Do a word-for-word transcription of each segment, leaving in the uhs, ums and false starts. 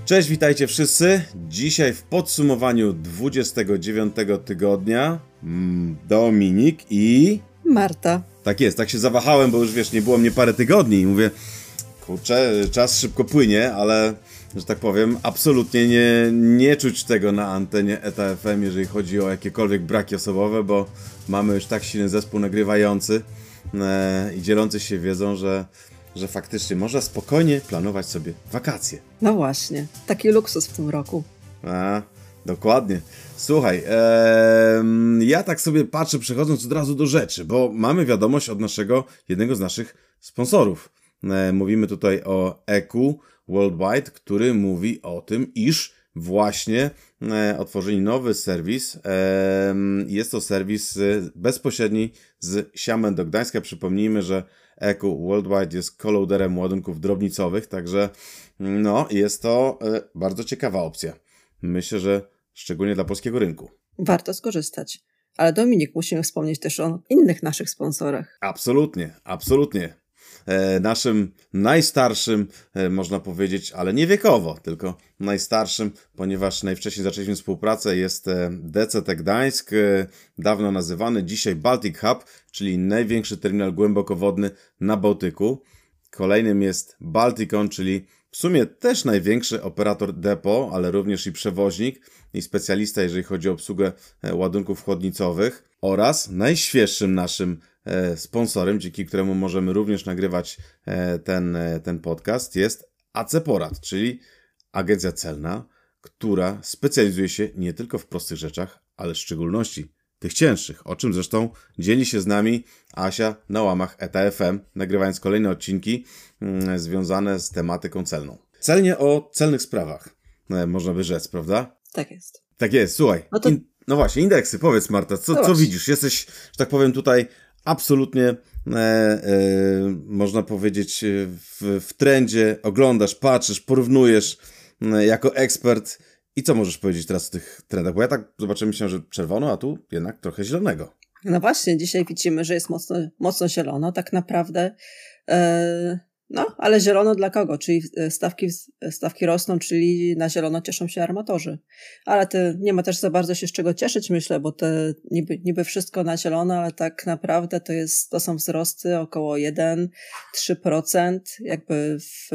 Cześć, witajcie wszyscy. Dzisiaj w podsumowaniu dwudziestego dziewiątego tygodnia Dominik i... Marta. Tak jest, tak się zawahałem, bo już wiesz, nie było mnie parę tygodni i mówię, kurczę, czas szybko płynie, ale, że tak powiem, absolutnie nie, nie czuć tego na antenie E T A F M, jeżeli chodzi o jakiekolwiek braki osobowe, bo mamy już tak silny zespół nagrywający e, i dzielący się wiedzą, że że faktycznie można spokojnie planować sobie wakacje. No właśnie, taki luksus w tym roku. A, dokładnie. Słuchaj, ee, ja tak sobie patrzę, przechodząc od razu do rzeczy, bo mamy wiadomość od naszego, jednego z naszych sponsorów. E, mówimy tutaj o E Q Worldwide, który mówi o tym, iż właśnie e, otworzyli nowy serwis. E, jest to serwis bezpośredni z Xiamen do Gdańska. Przypomnijmy, że E Q Worldwide jest kolauderem ładunków drobnicowych, także no, jest to e, bardzo ciekawa opcja. Myślę, że szczególnie dla polskiego rynku. Warto skorzystać. Ale Dominik, musimy wspomnieć też o innych naszych sponsorach. Absolutnie, absolutnie. E, naszym najstarszym, e, można powiedzieć, ale nie wiekowo, tylko najstarszym, ponieważ najwcześniej zaczęliśmy współpracę, jest e, D C T Gdańsk, e, dawno nazywany, dzisiaj Baltic Hub, czyli największy terminal głębokowodny na Bałtyku. Kolejnym jest Balticon, czyli w sumie też największy operator depo, ale również i przewoźnik i specjalista, jeżeli chodzi o obsługę e, ładunków chłodnicowych. Oraz najświeższym naszym e, sponsorem, dzięki któremu możemy również nagrywać e, ten, e, ten podcast, jest A C Porad, czyli agencja celna, która specjalizuje się nie tylko w prostych rzeczach, ale w szczególności tych cięższych, o czym zresztą dzieli się z nami Asia na łamach E T A F M, nagrywając kolejne odcinki mm, związane z tematyką celną. Celnie o celnych sprawach, e, można by rzec, prawda? Tak jest. Tak jest, słuchaj. No, to... in, no właśnie, indeksy, powiedz Marta, co, co widzisz? Jesteś, że tak powiem, tutaj absolutnie, e, e, można powiedzieć, w, w trendzie, oglądasz, patrzysz, porównujesz e, jako ekspert. I co możesz powiedzieć teraz o tych trendach? Bo ja tak zobaczyłem, myślałem, że czerwono, a tu jednak trochę zielonego. No właśnie, dzisiaj widzimy, że jest mocno, mocno zielono, tak naprawdę. E, no, ale zielono dla kogo? Czyli stawki, stawki rosną, czyli na zielono cieszą się armatorzy. Ale te, nie ma też za bardzo się z czego cieszyć, myślę, bo te niby, niby wszystko na zielono, ale tak naprawdę to jest, to są wzrosty około jeden do trzech procent jakby w,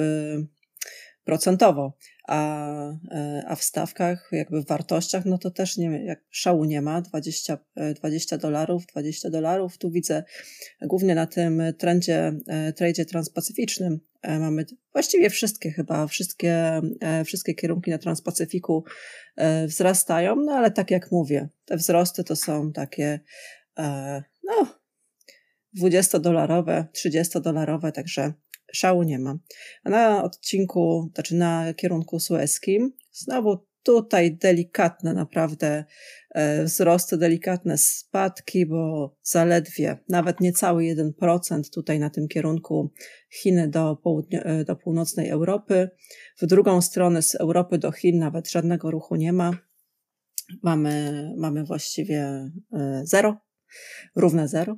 procentowo. A, a w stawkach, jakby w wartościach, no to też nie, jak szału nie ma, dwadzieścia dolarów, dwadzieścia dolarów, tu widzę głównie na tym trendzie, tradzie transpacyficznym mamy właściwie wszystkie chyba, wszystkie, wszystkie kierunki na Transpacyfiku wzrastają, no ale tak jak mówię, te wzrosty to są takie, no, dwudziestodolarowe, trzydziestodolarowe, także szału nie ma. A na odcinku, znaczy na kierunku sueskim, znowu tutaj delikatne naprawdę e, wzrosty, delikatne spadki, bo zaledwie nawet niecały jeden procent tutaj na tym kierunku Chiny do, południo- do północnej Europy. W drugą stronę z Europy do Chin nawet żadnego ruchu nie ma. Mamy, mamy właściwie e, zero, równe zero.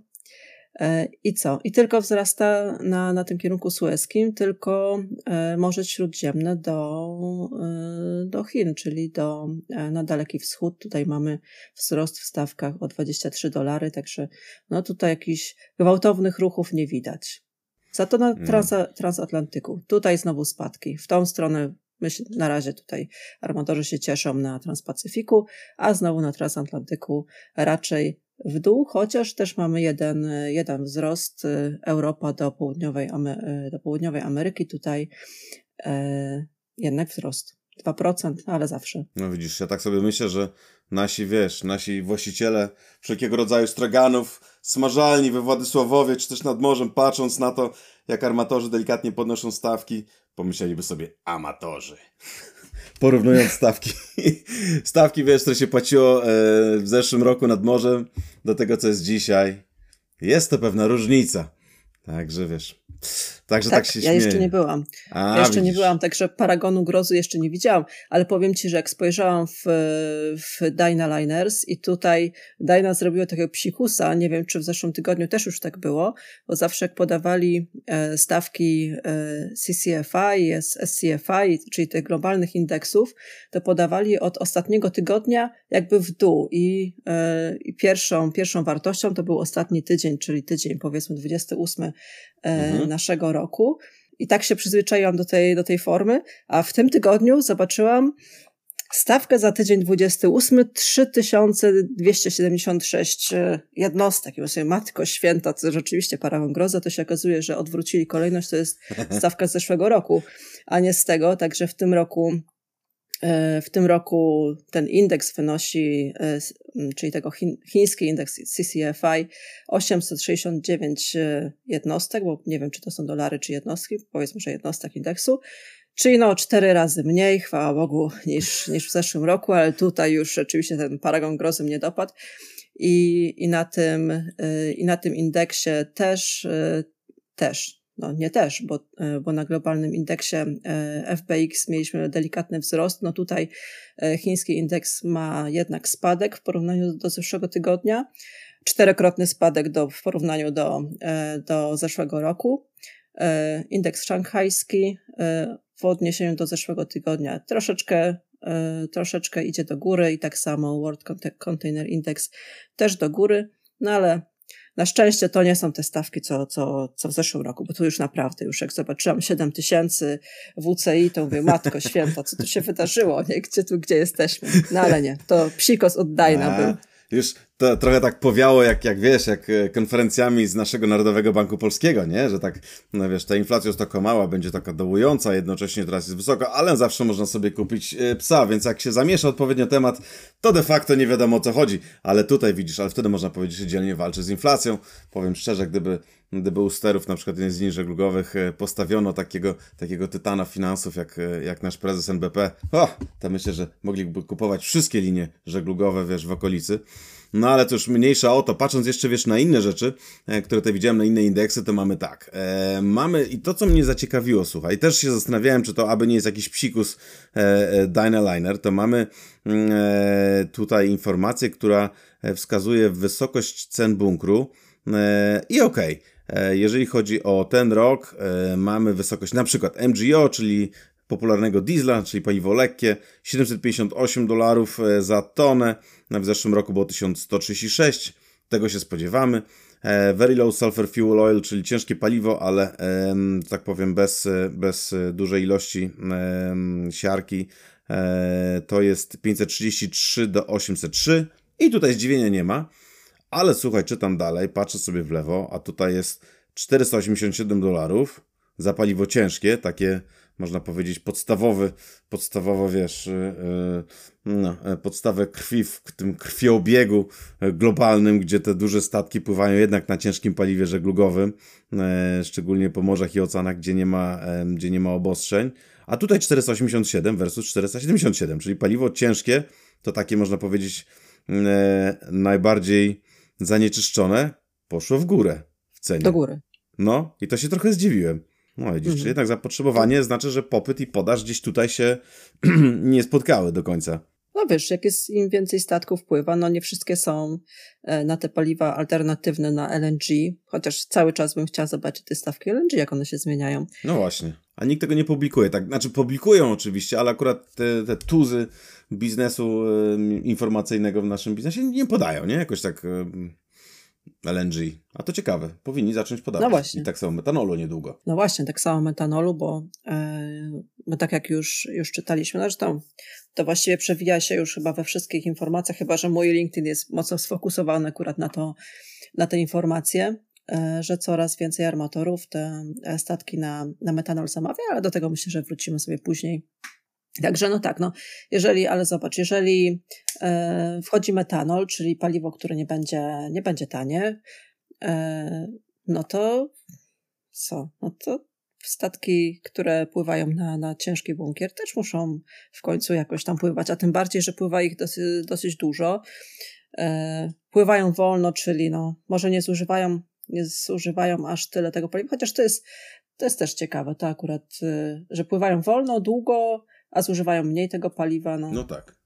I co? I tylko wzrasta na, na tym kierunku sueskim tylko e, Morze Śródziemne do, e, do Chin, czyli do, e, na Daleki Wschód. Tutaj mamy wzrost w stawkach o dwadzieścia trzy dolary, także no tutaj jakichś gwałtownych ruchów nie widać. Za to na transa, transatlantyku. Tutaj znowu spadki. W tą stronę myślę, na razie tutaj armatorzy się cieszą na Transpacyfiku, a znowu na transatlantyku raczej w dół, chociaż też mamy jeden, jeden wzrost Europa do południowej, do południowej Ameryki, tutaj e, jednak wzrost dwa procent, ale zawsze. No widzisz, ja tak sobie myślę, że nasi, wiesz, nasi właściciele wszelkiego rodzaju straganów, smażalni we Władysławowie, czy też nad morzem, patrząc na to, jak armatorzy delikatnie podnoszą stawki, pomyśleliby sobie, amatorzy. Porównując stawki, stawki, wiesz, które się płaciło w zeszłym roku nad morzem do tego, co jest dzisiaj. Jest to pewna różnica. Także wiesz, Także tak, tak się ja śmieję. jeszcze nie byłam. A, ja jeszcze widzisz. nie byłam, także Paragonu Grozy jeszcze nie widziałam, ale powiem ci, że jak spojrzałam w, w Dyna Liners i tutaj Dyna zrobiło takiego psikusa, nie wiem, czy w zeszłym tygodniu też już tak było, bo zawsze jak podawali e, stawki e, C C F I, S C F I, czyli tych globalnych indeksów, to podawali od ostatniego tygodnia jakby w dół i, e, i pierwszą, pierwszą wartością to był ostatni tydzień, czyli tydzień powiedzmy dwudziesty ósmy e, mhm. naszego roku. I tak się przyzwyczaiłam do tej, do tej formy, a w tym tygodniu zobaczyłam stawkę za tydzień dwudziesty ósmy, trzy tysiące dwieście siedemdziesiąt sześć jednostek. I mówię sobie, matko święta, to rzeczywiście Paragon Groza, to się okazuje, że odwrócili kolejność, to jest stawka z zeszłego roku, a nie z tego, także w tym roku w tym roku ten indeks wynosi, czyli tego chiński indeks C C F I, osiemset sześćdziesiąt dziewięć jednostek, bo nie wiem, czy to są dolary, czy jednostki, powiedzmy, że jednostek indeksu, czyli no cztery razy mniej, chwała Bogu, niż, niż w zeszłym roku, ale tutaj już rzeczywiście ten Paragon Grozy mnie dopadł i, i, na, tym, i na tym indeksie też, też No nie też, bo, bo na globalnym indeksie F B X mieliśmy delikatny wzrost. No tutaj chiński indeks ma jednak spadek w porównaniu do zeszłego tygodnia. Czterokrotny spadek do, w porównaniu do, do zeszłego roku. Indeks szanghajski w odniesieniu do zeszłego tygodnia troszeczkę, troszeczkę idzie do góry i tak samo World Container Index też do góry, no ale na szczęście to nie są te stawki, co, co, co w zeszłym roku, bo tu już naprawdę, już jak zobaczyłam siedem tysięcy W C I, to mówię, matko święta, co tu się wydarzyło, nie? Gdzie tu, gdzie jesteśmy? No ale nie, to psikos od Dyna był. Już to trochę tak powiało, jak, jak wiesz, jak konferencjami z naszego Narodowego Banku Polskiego, nie? Że tak, no wiesz, ta inflacja jest taka mała, będzie taka dołująca, jednocześnie teraz jest wysoka, ale zawsze można sobie kupić psa, więc jak się zamiesza odpowiednio temat, to de facto nie wiadomo o co chodzi. Ale tutaj widzisz, ale wtedy można powiedzieć, że dzielnie walczy z inflacją. Powiem szczerze, gdyby, gdyby u sterów, na przykład z linii żeglugowych, postawiono takiego, takiego tytana finansów, jak, jak nasz prezes N B P, o, to myślę, że mogliby kupować wszystkie linie żeglugowe, wiesz, w okolicy. No ale to już mniejsza o to. Patrząc jeszcze, wiesz, na inne rzeczy, e, które tutaj widziałem, na inne indeksy, to mamy tak. E, mamy i to, co mnie zaciekawiło, słuchaj, też się zastanawiałem, czy to aby nie jest jakiś psikus e, e, Dynaliner, to mamy e, tutaj informację, która wskazuje wysokość cen bunkru e, i okej. Okay. Jeżeli chodzi o ten rok, e, mamy wysokość na przykład M G O, czyli popularnego diesla, czyli paliwo lekkie, siedemset pięćdziesiąt osiem dolarów za tonę. W zeszłym roku było tysiąc sto trzydzieści sześć. Tego się spodziewamy. Very low sulfur fuel oil, czyli ciężkie paliwo, ale tak powiem bez, bez dużej ilości siarki. To jest pięćset trzydzieści trzy do osiemset trzy i tutaj zdziwienia nie ma. Ale słuchaj, czytam dalej, patrzę sobie w lewo, a tutaj jest czterysta osiemdziesiąt siedem dolarów za paliwo ciężkie, takie można powiedzieć podstawowy, podstawowo wiesz, yy, no, podstawę krwi w tym krwiobiegu globalnym, gdzie te duże statki pływają jednak na ciężkim paliwie żeglugowym, yy, szczególnie po morzach i oceanach, gdzie nie ma, yy, gdzie nie ma obostrzeń. A tutaj czterysta osiemdziesiąt siedem versus czterysta siedemdziesiąt siedem, czyli paliwo ciężkie to takie można powiedzieć yy, najbardziej zanieczyszczone poszło w górę w cenie. Do góry. No i to się trochę zdziwiłem. No widzisz, mhm. Jednak zapotrzebowanie to znaczy, że popyt i podaż gdzieś tutaj się nie spotkały do końca. No wiesz, jak jest im więcej statków pływa, no nie wszystkie są na te paliwa alternatywne na L N G, chociaż cały czas bym chciała zobaczyć te stawki L N G, jak one się zmieniają. No właśnie, a nikt tego nie publikuje, tak, znaczy publikują oczywiście, ale akurat te, te tuzy biznesu y, informacyjnego w naszym biznesie nie podają, nie? Jakoś tak... Y, L N G. A to ciekawe. Powinni zacząć podawać. No właśnie. I tak samo metanolu niedługo. No właśnie, tak samo metanolu, bo, yy, bo tak jak już, już czytaliśmy, zresztą to właściwie przewija się już chyba we wszystkich informacjach, chyba że mój LinkedIn jest mocno sfokusowany akurat na to, na te informacje, yy, że coraz więcej armatorów te statki na, na metanol zamawia, ale do tego myślę, że wrócimy sobie później. Także no tak, no jeżeli, ale zobacz, jeżeli e, wchodzi metanol, czyli paliwo, które nie będzie, nie będzie tanie, e, no to co? No to statki, które pływają na, na ciężki bunkier też muszą w końcu jakoś tam pływać, a tym bardziej, że pływa ich dosyć, dosyć dużo. E, pływają wolno, czyli no może nie zużywają nie zużywają aż tyle tego paliwa, chociaż to jest, to jest też ciekawe, to akurat, że pływają wolno, długo, a zużywają mniej tego paliwa. No, no tak.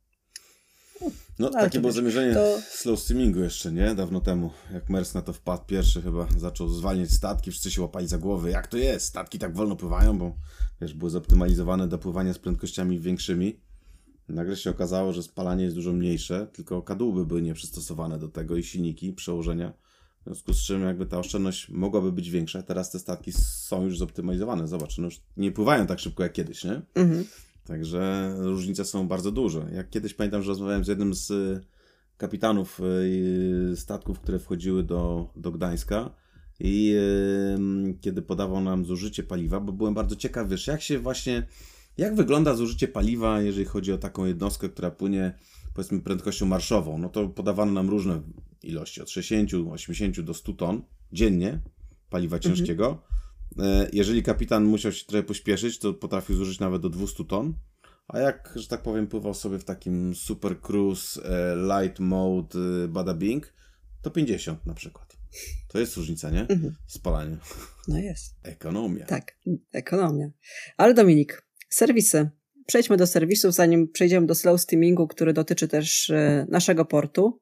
No, ale takie było wiesz, zamierzenie to... slow steamingu jeszcze, nie? Dawno temu, jak Maersk na to wpadł pierwszy chyba, zaczął zwalniać statki, wszyscy się łapali za głowy. Jak to jest? Statki tak wolno pływają, bo wiesz, były zoptymalizowane do pływania z prędkościami większymi. Nagle się okazało, że spalanie jest dużo mniejsze, tylko kadłuby były nieprzystosowane do tego i silniki, przełożenia. W związku z czym jakby ta oszczędność mogłaby być większa. Teraz te statki są już zoptymalizowane. Zobacz, no już nie pływają tak szybko jak kiedyś, nie? Mhm. Także różnice są bardzo duże. Jak kiedyś pamiętam, że rozmawiałem z jednym z kapitanów statków, które wchodziły do, do Gdańska i yy, kiedy podawał nam zużycie paliwa, bo byłem bardzo ciekaw, wiesz, jak się właśnie, jak wygląda zużycie paliwa, jeżeli chodzi o taką jednostkę, która płynie, powiedzmy, prędkością marszową. No to podawano nam różne ilości, od sześćdziesiąt, osiemdziesiąt do stu ton dziennie paliwa ciężkiego. Mhm. Jeżeli kapitan musiał się trochę pośpieszyć, to potrafił zużyć nawet do dwieście ton, a jak, że tak powiem, pływał sobie w takim super cruise, light mode, bada bing, to pięćdziesiąt na przykład. To jest różnica, nie? Mhm. W spalaniu. No jest. Ekonomia. Tak, ekonomia. Ale Dominik, serwisy. Przejdźmy do serwisów, zanim przejdziemy do slow steamingu, który dotyczy też naszego portu.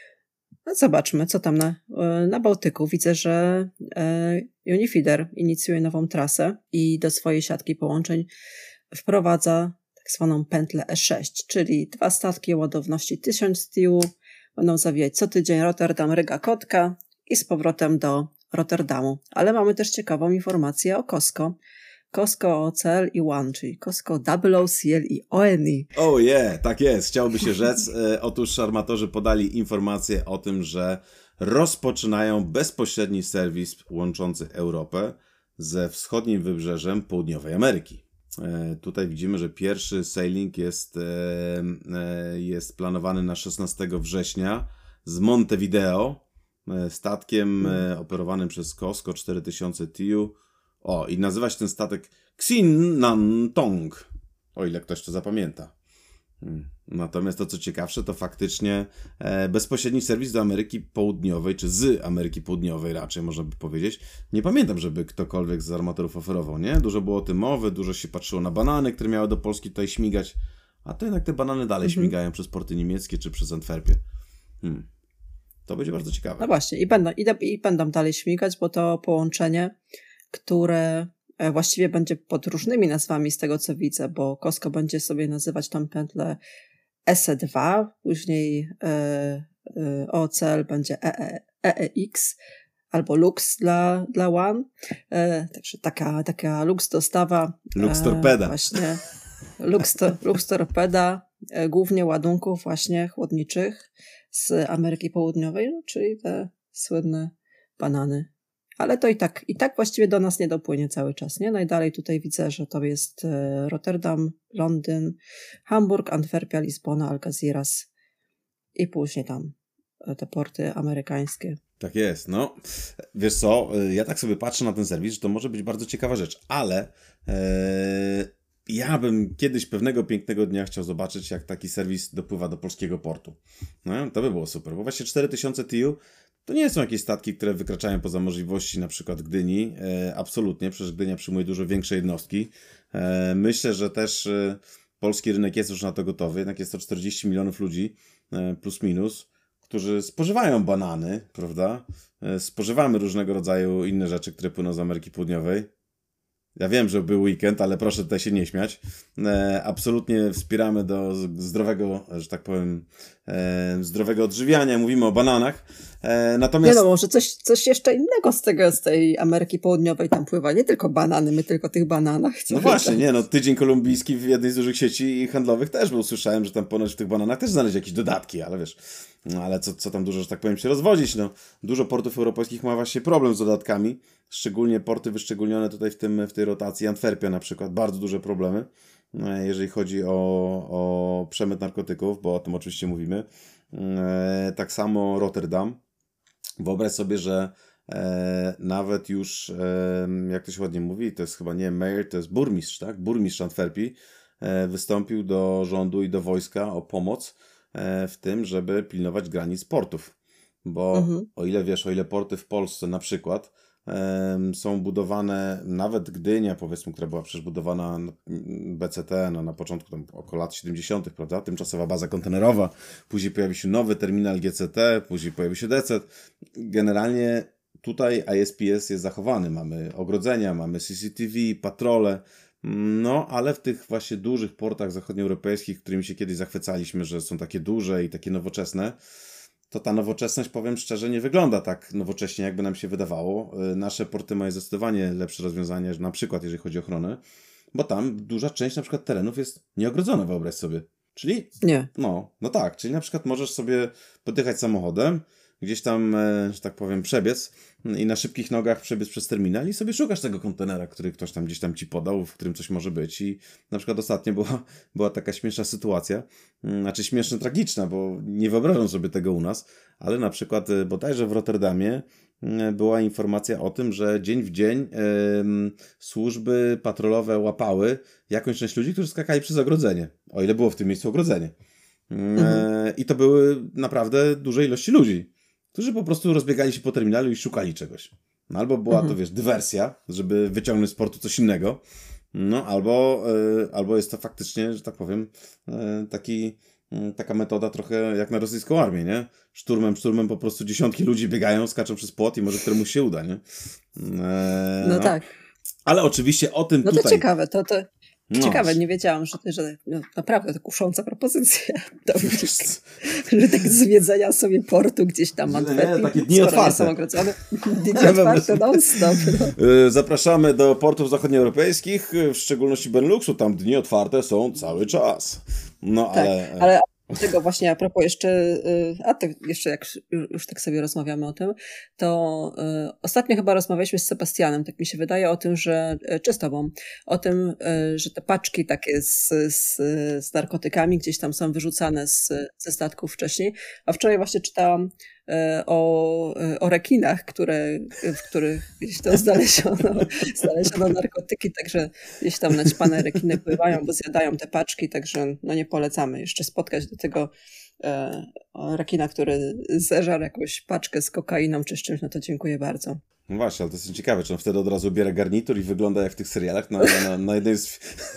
No zobaczmy, co tam na, na Bałtyku. Widzę, że Unifeeder inicjuje nową trasę i do swojej siatki połączeń wprowadza tak zwaną pętlę E sześć, czyli dwa statki o ładowności tysiąc T U będą zawijać co tydzień Rotterdam, Ryga, Kotka i z powrotem do Rotterdamu. Ale mamy też ciekawą informację o COSCO. COSCO O C L i One, czyli COSCO double O C L i O N E. Oh yeah, tak jest, chciałoby się rzec. E, otóż armatorzy podali informację o tym, że rozpoczynają bezpośredni serwis łączący Europę ze wschodnim wybrzeżem Południowej Ameryki. E, tutaj widzimy, że pierwszy sailing jest, e, e, jest planowany na szesnastego września z Montevideo, e, statkiem e, operowanym przez COSCO cztery tysiące T U. O, i nazywa się ten statek Xin Nan Tong, o ile ktoś to zapamięta. Hmm. Natomiast to, co ciekawsze, to faktycznie e, bezpośredni serwis do Ameryki Południowej, czy z Ameryki Południowej raczej, można by powiedzieć. Nie pamiętam, żeby ktokolwiek z armatorów oferował, nie? Dużo było o tym mowy, dużo się patrzyło na banany, które miały do Polski tutaj śmigać, a to jednak te banany dalej mhm. śmigają przez porty niemieckie, czy przez Antwerpię. Hmm. To będzie bardzo ciekawe. No właśnie, i będą, i, i będą dalej śmigać, bo to połączenie, które właściwie będzie pod różnymi nazwami z tego, co widzę, bo COSCO będzie sobie nazywać tą pętlę S E dwa, później e, e, O C L będzie E E X albo Lux dla, dla One. E, także taka, taka Lux dostawa. Lux Torpeda. E, właśnie Lux, to, Lux Torpeda, e, głównie ładunków właśnie chłodniczych z Ameryki Południowej, no, czyli te słynne banany. Ale to i tak, i tak właściwie do nas nie dopłynie cały czas, nie? Najdalej tutaj widzę, że to jest Rotterdam, Londyn, Hamburg, Antwerpia, Lizbona, Algeciras i później tam te porty amerykańskie. Tak jest, no. Wiesz co, ja tak sobie patrzę na ten serwis, że to może być bardzo ciekawa rzecz, ale ee, ja bym kiedyś pewnego pięknego dnia chciał zobaczyć, jak taki serwis dopływa do polskiego portu. No, to by było super, bo właśnie cztery tysiące T U to nie są jakieś statki, które wykraczają poza możliwości na przykład Gdyni. E, absolutnie, przecież Gdynia przyjmuje dużo większe jednostki. E, myślę, że też e, polski rynek jest już na to gotowy. Jednak jest to czterdzieści milionów ludzi, e, plus minus, którzy spożywają banany, prawda? E, spożywamy różnego rodzaju inne rzeczy, które płyną z Ameryki Południowej. Ja wiem, że był weekend, ale proszę tutaj się nie śmiać. E, absolutnie wspieramy do zdrowego, że tak powiem, e, zdrowego odżywiania. Mówimy o bananach. E, natomiast... Nie no, może coś, coś jeszcze innego z tego, z tej Ameryki Południowej tam pływa. Nie tylko banany, my tylko o tych bananach. No właśnie, nie no, tydzień kolumbijski w jednej z dużych sieci handlowych też był. Słyszałem, że tam ponoć w tych bananach też znaleźć jakieś dodatki, ale wiesz, no ale co, co tam dużo, że tak powiem, się rozwodzić. No, dużo portów europejskich ma właśnie problem z dodatkami. Szczególnie porty wyszczególnione tutaj w, tym, w tej rotacji. Antwerpia na przykład, bardzo duże problemy, jeżeli chodzi o, o przemyt narkotyków, bo o tym oczywiście mówimy. Tak samo Rotterdam. Wyobraź sobie, że e, nawet już, e, jak to się ładnie mówi, to jest chyba nie mayor, to jest burmistrz, tak? Burmistrz Antwerpii e, wystąpił do rządu i do wojska o pomoc e, w tym, żeby pilnować granic portów. bo Mhm. o ile wiesz, o ile porty w Polsce na przykład em, są budowane, nawet Gdynia powiedzmy, która była przecież budowana na- B C T no, na początku tam około lat siedemdziesiątych, prawda, tymczasowa baza kontenerowa, później pojawi się nowy terminal G C T, później pojawi się D C T. Generalnie tutaj I S P S jest zachowany, mamy ogrodzenia, mamy C C T V, patrole, no ale w tych właśnie dużych portach zachodnioeuropejskich, którymi się kiedyś zachwycaliśmy, że są takie duże i takie nowoczesne, to ta nowoczesność, powiem szczerze, nie wygląda tak nowocześnie, jakby nam się wydawało. Y, Nasze porty mają zdecydowanie lepsze rozwiązanie, na przykład jeżeli chodzi o ochronę, bo tam duża część na przykład terenów jest nieogrodzona, wyobraź sobie. Czyli, Nie. no, no tak, czyli na przykład możesz sobie podjechać samochodem, gdzieś tam, e, że tak powiem, przebiec i na szybkich nogach przebiec przez terminal i sobie szukasz tego kontenera, który ktoś tam gdzieś tam ci podał, w którym coś może być. I na przykład ostatnio była, była taka śmieszna sytuacja, mm, znaczy śmieszna, tragiczna, bo nie wyobrażam sobie tego u nas, ale na przykład e, bodajże w Rotterdamie mm, była informacja o tym, że dzień w dzień em, służby patrolowe łapały jakąś część ludzi, którzy skakali przez ogrodzenie, o ile było w tym miejscu ogrodzenie. Mm, Mhm. e, I to były naprawdę duże ilości ludzi, którzy po prostu rozbiegali się po terminalu i szukali czegoś. No, albo była to, Mhm. wiesz, dywersja, żeby wyciągnąć z portu coś innego, no albo, e, albo jest to faktycznie, że tak powiem, e, taki, mm, taka metoda trochę jak na rosyjską armię, nie? Szturmem, szturmem po prostu dziesiątki ludzi biegają, skaczą przez płot i może któremuś się uda, nie? E, No no. tak. Ale oczywiście o tym No to tutaj... ciekawe, to, to No, ciekawe, nie wiedziałam, że, że no, naprawdę to kusząca propozycja. Dominik, że tak zwiedzenia sobie portu gdzieś tam Nie, Antwerpii, takie dni skoro otwarte. nie są ogrodzone. Dni otwarte non-stop. No. Y, Zapraszamy do portów zachodnioeuropejskich, y, w szczególności Beneluxu. Tam dni otwarte są cały czas. No Tak, ale... ale tego właśnie a propos jeszcze, y, a to jeszcze jak już tak sobie rozmawiamy o tym, to y, ostatnio chyba rozmawialiśmy z Sebastianem, tak mi się wydaje, o tym, że, y, czy z tobą, o tym, y, że te paczki takie z, z, z narkotykami gdzieś tam są wyrzucane z, ze statków wcześniej, a wczoraj właśnie czytałam y, o, y, o rekinach, które, w których gdzieś tam znaleziono, znaleziono narkotyki, także gdzieś tam naćpane rekiny pływają, bo zjadają te paczki, także no nie polecamy jeszcze spotkać do tego e, rekina, który zeżarł jakąś paczkę z kokainą czy z czymś, no to dziękuję bardzo. No właśnie, ale to jest ciekawe, czy on wtedy od razu biera garnitur i wygląda jak w tych serialach na, na, na jednej z,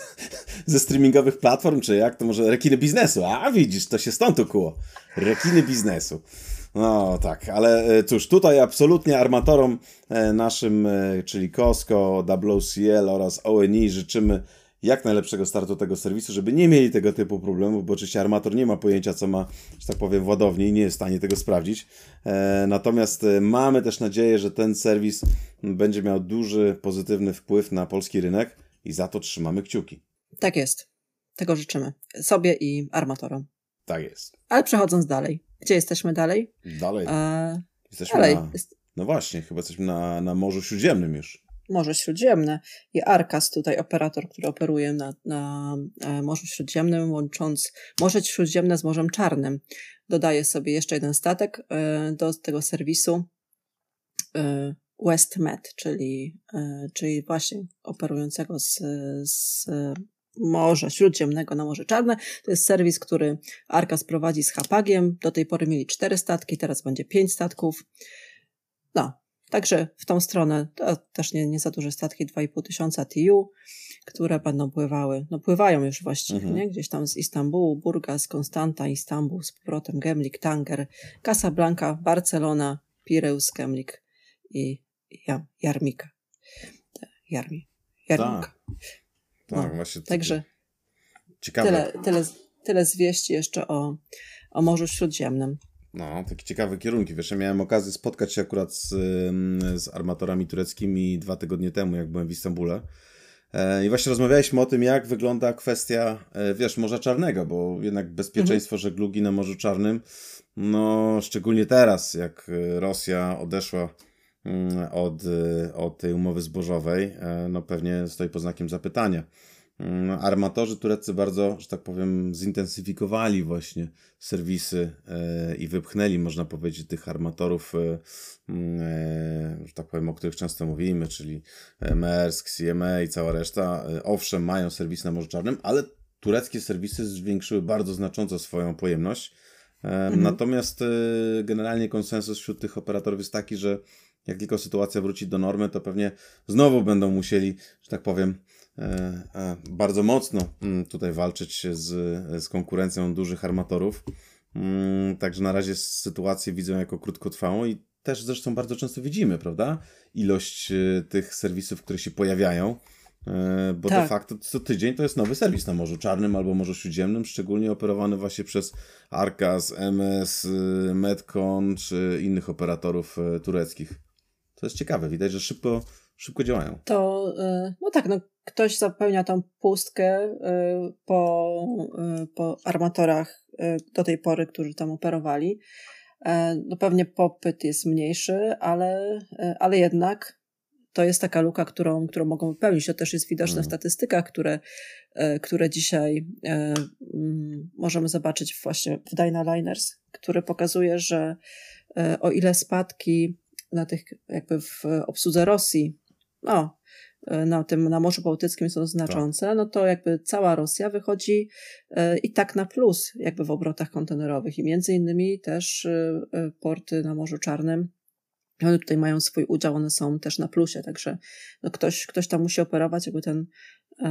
ze streamingowych platform, czy jak? To może rekiny biznesu. A widzisz, to się stąd ukuło. Rekiny biznesu. No tak, ale e, cóż, tutaj absolutnie armatorom e, naszym, e, czyli Costco, W O C L oraz O N I życzymy jak najlepszego startu tego serwisu, żeby nie mieli tego typu problemów, bo oczywiście armator nie ma pojęcia, co ma, że tak powiem, w ładowni i nie jest w stanie tego sprawdzić. E, natomiast e, mamy też nadzieję, że ten serwis będzie miał duży, pozytywny wpływ na polski rynek i za to trzymamy kciuki. Tak jest. Tego życzymy. Sobie i armatorom. Tak jest. Ale przechodząc dalej. Gdzie jesteśmy dalej? Dalej. E, Jesteśmy dalej. na... Jest No właśnie, chyba jesteśmy na, na Morzu Śródziemnym już. Morze Śródziemne i Arkas tutaj operator, który operuje na, na e, Morzu Śródziemnym, łącząc Morze Śródziemne z Morzem Czarnym. Dodaje sobie jeszcze jeden statek e, do tego serwisu e, WestMed, czyli, e, czyli właśnie operującego z, z Morza Śródziemnego na Morze Czarne. To jest serwis, który Arkas prowadzi z Hapagiem. Do tej pory mieli cztery statki, teraz będzie pięć statków. No, także w tą stronę to też nie, nie za duże statki, dwa i pół tysiąca T U, które będą pływały, no pływają już właściwie, Mhm. nie? Gdzieś tam z Istambułu, Burgas, Konstanta, Istanbul, z powrotem Gemlik, Tanger, Casablanca, Barcelona, Pireus, Gemlik i ja, Jarmika. Jarmi. Jarmika. Tak, tak No, właśnie. Także ciekawe. tyle, tyle, tyle zwieści jeszcze o, o Morzu Śródziemnym. No, takie ciekawe kierunki. Wiesz, ja miałem okazję spotkać się akurat z, ym, z armatorami tureckimi dwa tygodnie temu, jak byłem w Istambule. E, I właśnie rozmawialiśmy o tym, jak wygląda kwestia, e, wiesz, Morza Czarnego, bo jednak bezpieczeństwo żeglugi na Morzu Czarnym, no szczególnie teraz, jak e, Rosja odeszła mm, od, e, od tej umowy zbożowej, e, no pewnie stoi pod znakiem zapytania. Mm, Armatorzy tureccy bardzo, że tak powiem, zintensyfikowali właśnie serwisy e, i wypchnęli, można powiedzieć, tych armatorów, e, mm, e, że tak powiem, o których często mówimy, czyli Maersk, C M A i cała reszta. E, owszem, mają serwis na Morzu Czarnym, ale tureckie serwisy zwiększyły bardzo znacząco swoją pojemność. Mhm. Natomiast generalnie konsensus wśród tych operatorów jest taki, że jak tylko sytuacja wróci do normy, to pewnie znowu będą musieli, że tak powiem, bardzo mocno tutaj walczyć z, z konkurencją dużych armatorów. Także na razie sytuację widzę jako krótkotrwałą i też zresztą bardzo często widzimy, prawda? Ilość tych serwisów, które się pojawiają, bo tak. de facto co tydzień to jest nowy serwis na Morzu Czarnym albo Morzu Śródziemnym, szczególnie operowany właśnie przez Arkas, M S, Medcon czy innych operatorów tureckich. To jest ciekawe, widać, że szybko, szybko działają. To, no tak, no ktoś zapełnia tą pustkę po, po armatorach do tej pory, którzy tam operowali. No pewnie popyt jest mniejszy, ale, ale jednak to jest taka luka, którą, którą mogą wypełnić. To też jest widoczne w statystykach, które, które dzisiaj możemy zobaczyć właśnie w Dynaliners, który pokazuje, że o ile spadki na tych jakby w obsłudze Rosji, no na tym, na Morzu Bałtyckim są znaczące, tak. no to jakby cała Rosja wychodzi y, i tak na plus jakby w obrotach kontenerowych i między innymi też y, y, porty na Morzu Czarnym, one tutaj mają swój udział, one są też na plusie, także no ktoś, ktoś tam musi operować, jakby ten y,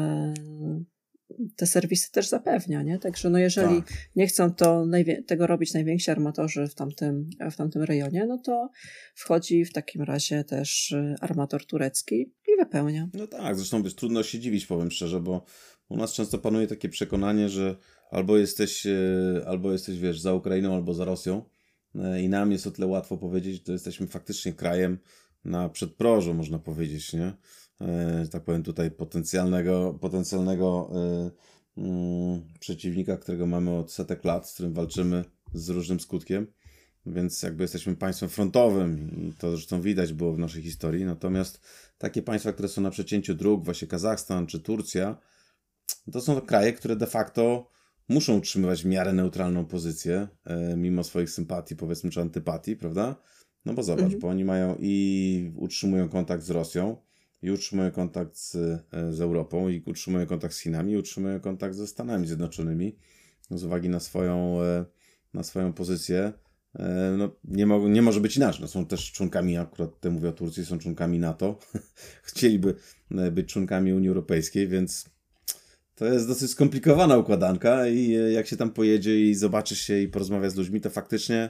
te serwisy też zapewnia, nie? Także no jeżeli tak. nie chcą to najwie- tego robić najwięksi armatorzy w tamtym, w tamtym rejonie, no to wchodzi w takim razie też armator turecki i wypełnia. No tak, zresztą wiesz, trudno się dziwić, powiem szczerze, bo u nas często panuje takie przekonanie, że albo jesteś, albo jesteś, wiesz, za Ukrainą, albo za Rosją i nam jest o tyle łatwo powiedzieć, że jesteśmy faktycznie krajem na przedprożu, można powiedzieć, nie? Że tak powiem tutaj potencjalnego, potencjalnego yy, yy, przeciwnika, którego mamy od setek lat, z którym walczymy z różnym skutkiem, więc jakby jesteśmy państwem frontowym i to zresztą widać było w naszej historii, natomiast takie państwa, które są na przecięciu dróg, właśnie Kazachstan czy Turcja, to są kraje, które de facto muszą utrzymywać w miarę neutralną pozycję, yy, mimo swoich sympatii, powiedzmy, czy antypatii, prawda? No bo zobacz, mhm. bo oni mają i utrzymują kontakt z Rosją, i utrzymują kontakt z, z Europą, i utrzymują kontakt z Chinami, i utrzymują kontakt ze Stanami Zjednoczonymi. Z uwagi na swoją, na swoją pozycję, no, nie, mo- nie może być inaczej. No, są też członkami, akurat tutaj mówię o Turcji, są członkami NATO. Chcieliby być członkami Unii Europejskiej, więc to jest dosyć skomplikowana układanka i jak się tam pojedzie i zobaczy się i porozmawia z ludźmi, to faktycznie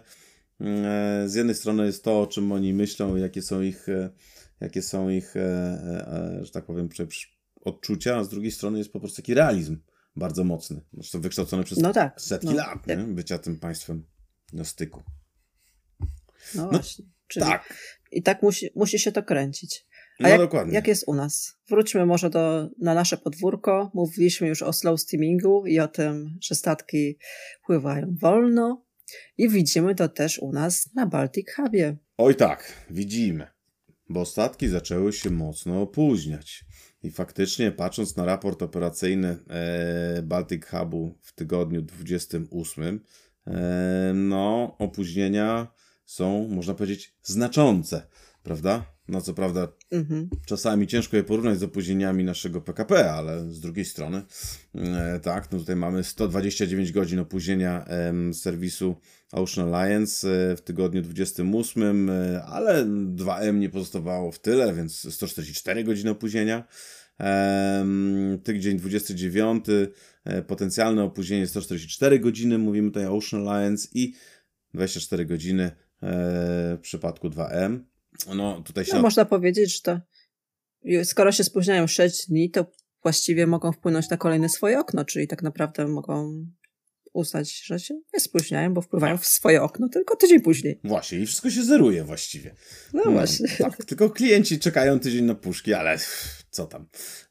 z jednej strony jest to, o czym oni myślą, jakie są ich jakie są ich, e, e, że tak powiem, odczucia, a z drugiej strony jest po prostu taki realizm bardzo mocny. Zresztą wykształcony przez no tak, setki no. lat, nie? Bycia tym państwem na styku. No, no właśnie. Czyli tak. I tak musi, musi się to kręcić. A no jak, dokładnie. jak jest u nas? Wróćmy może do, na nasze podwórko. Mówiliśmy już o slow steamingu i o tym, że statki pływają wolno i widzimy to też u nas na Baltic Hubie. Oj tak, widzimy. Bo statki zaczęły się mocno opóźniać. I faktycznie, patrząc na raport operacyjny e, Baltic Hubu w tygodniu dwudziestym ósmym, e, no opóźnienia są, można powiedzieć, znaczące, prawda? No co prawda mhm. czasami ciężko je porównać z opóźnieniami naszego P K P, ale z drugiej strony e, tak, no tutaj mamy sto dwadzieścia dziewięć godzin opóźnienia e, serwisu Ocean Alliance e, w tygodniu dwudziestym ósmym, e, ale dwa M nie pozostawało w tyle, więc sto czterdzieści cztery godziny opóźnienia. E, tydzień dwudziesty dziewiąty, e, potencjalne opóźnienie sto czterdzieści cztery godziny, mówimy tutaj o Ocean Alliance i dwadzieścia cztery godziny e, w przypadku dwa M. No, tutaj się... no, można powiedzieć, że to skoro się spóźniają sześć dni, to właściwie mogą wpłynąć na kolejne swoje okno, czyli tak naprawdę mogą uznać, że się nie spóźniają, bo wpływają w swoje okno tylko tydzień później. Właśnie, i wszystko się zeruje właściwie. No, no właśnie. Tak, tylko klienci czekają tydzień na puszki, ale co tam.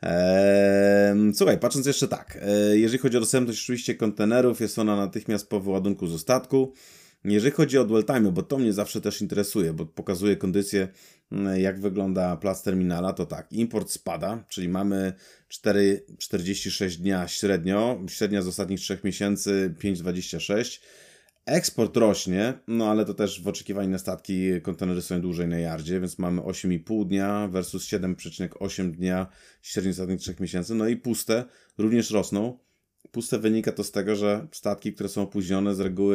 Eee, słuchaj, patrząc jeszcze tak, e, jeżeli chodzi o dostępność oczywiście kontenerów, jest ona natychmiast po wyładunku z statku. Jeżeli chodzi o dwell time, bo to mnie zawsze też interesuje, bo pokazuje kondycję, jak wygląda plac terminala, to tak, import spada, czyli mamy cztery przecinek czterdzieści sześć dnia średnio, średnia z ostatnich trzech miesięcy pięć przecinek dwadzieścia sześć. Eksport rośnie, no ale to też w oczekiwaniu na statki kontenery są dłużej na yardzie, więc mamy osiem przecinek pięć dnia versus siedem przecinek osiem dnia średnio z ostatnich trzech miesięcy, no i puste również rosną. Puste wynika to z tego, że statki, które są opóźnione z reguły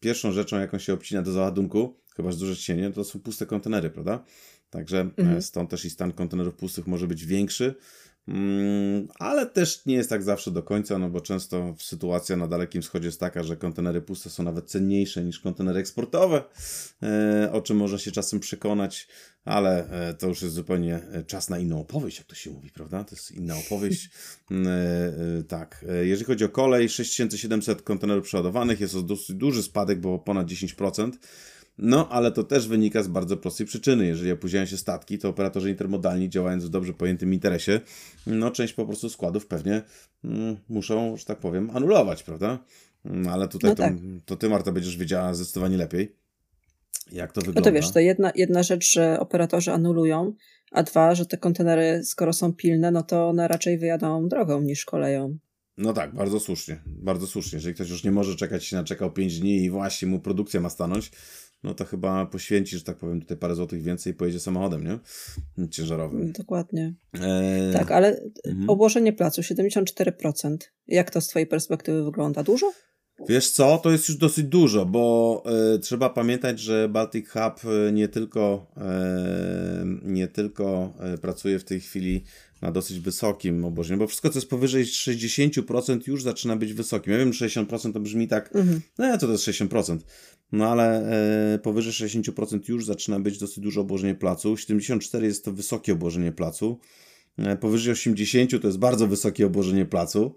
pierwszą rzeczą, jaką się obcina do załadunku, chyba że duże cienie, to są puste kontenery, prawda? Także Mhm. stąd też i stan kontenerów pustych może być większy, mm, ale też nie jest tak zawsze do końca, no bo często sytuacja na Dalekim Wschodzie jest taka, że kontenery puste są nawet cenniejsze niż kontenery eksportowe, e, o czym można się czasem przekonać, ale e, to już jest zupełnie czas na inną opowieść, jak to się mówi, prawda? To jest inna opowieść. E, e, tak, e, jeżeli chodzi o kolej, sześć tysięcy siedemset kontenerów przeładowanych, jest to dosyć duży spadek, bo ponad dziesięć procent. No, ale to też wynika z bardzo prostej przyczyny. Jeżeli opóźniają się statki, to operatorzy intermodalni, działając w dobrze pojętym interesie, no część po prostu składów pewnie mm, muszą, że tak powiem, anulować, prawda? No, ale tutaj No to, tak. to ty, Marta, będziesz wiedziała zdecydowanie lepiej, jak to No wygląda. to wiesz, to jedna, jedna rzecz, że operatorzy anulują, a dwa, że te kontenery, skoro są pilne, no to one raczej wyjadą drogą niż koleją. No tak, bardzo słusznie, bardzo słusznie. Jeżeli ktoś już nie może czekać, na czekał pięć dni i właśnie mu produkcja ma stanąć, no to chyba poświęci, że tak powiem, tutaj parę złotych więcej i pojedzie samochodem, nie? Ciężarowym. Dokładnie. Eee, Tak, ale mhm. obłożenie placu siedemdziesiąt cztery procent. Jak to z twojej perspektywy wygląda? Dużo? Wiesz co, to jest już dosyć dużo, bo e, trzeba pamiętać, że Baltic Hub e, nie tylko, e, nie tylko e, pracuje w tej chwili na dosyć wysokim obłożeniu, bo wszystko, co jest powyżej sześćdziesiąt procent już zaczyna być wysokim. Ja wiem, że sześćdziesiąt procent to brzmi tak, Mhm. no co to jest sześćdziesiąt procent? No ale e, powyżej sześćdziesiąt procent już zaczyna być dosyć duże obłożenie placu. siedemdziesiąt cztery procent jest to wysokie obłożenie placu. E, powyżej osiemdziesiąt procent to jest bardzo wysokie obłożenie placu.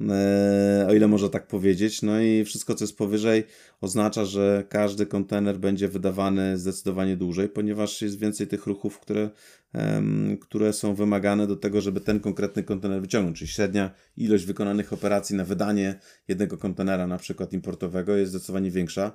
O ile można tak powiedzieć. No i wszystko, co jest powyżej, oznacza, że każdy kontener będzie wydawany zdecydowanie dłużej, ponieważ jest więcej tych ruchów, które, um, które są wymagane do tego, żeby ten konkretny kontener wyciągnąć. Czyli średnia ilość wykonanych operacji na wydanie jednego kontenera, na przykład importowego, jest zdecydowanie większa,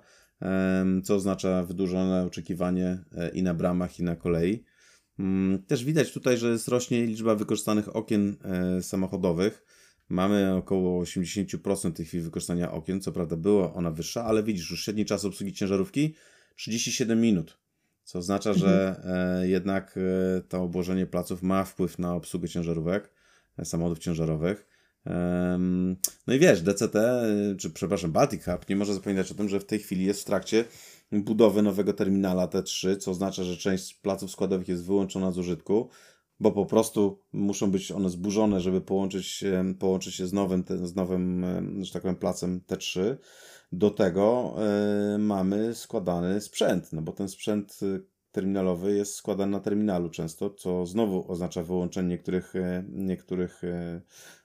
um, co oznacza wydłużone oczekiwanie i na bramach, i na kolei. Um, też widać tutaj, że rośnie liczba wykorzystanych okien e, samochodowych. Mamy około osiemdziesiąt procent tych chwil wykorzystania okien, co prawda była ona wyższa, ale widzisz, już średni czas obsługi ciężarówki trzydzieści siedem minut, co oznacza, mhm. że e, jednak e, to obłożenie placów ma wpływ na obsługę ciężarówek, e, samochodów ciężarowych. E, no i wiesz, D C T, e, czy przepraszam, Baltic Hub nie może zapominać o tym, że w tej chwili jest w trakcie budowy nowego terminala T trzy, co oznacza, że część placów składowych jest wyłączona z użytku, bo po prostu muszą być one zburzone, żeby połączyć, połączyć się z nowym, z nowym, że tak powiem, placem T trzy. Do tego y, mamy składany sprzęt, no bo ten sprzęt terminalowy jest składany na terminalu często, co znowu oznacza wyłączenie niektórych, niektórych y,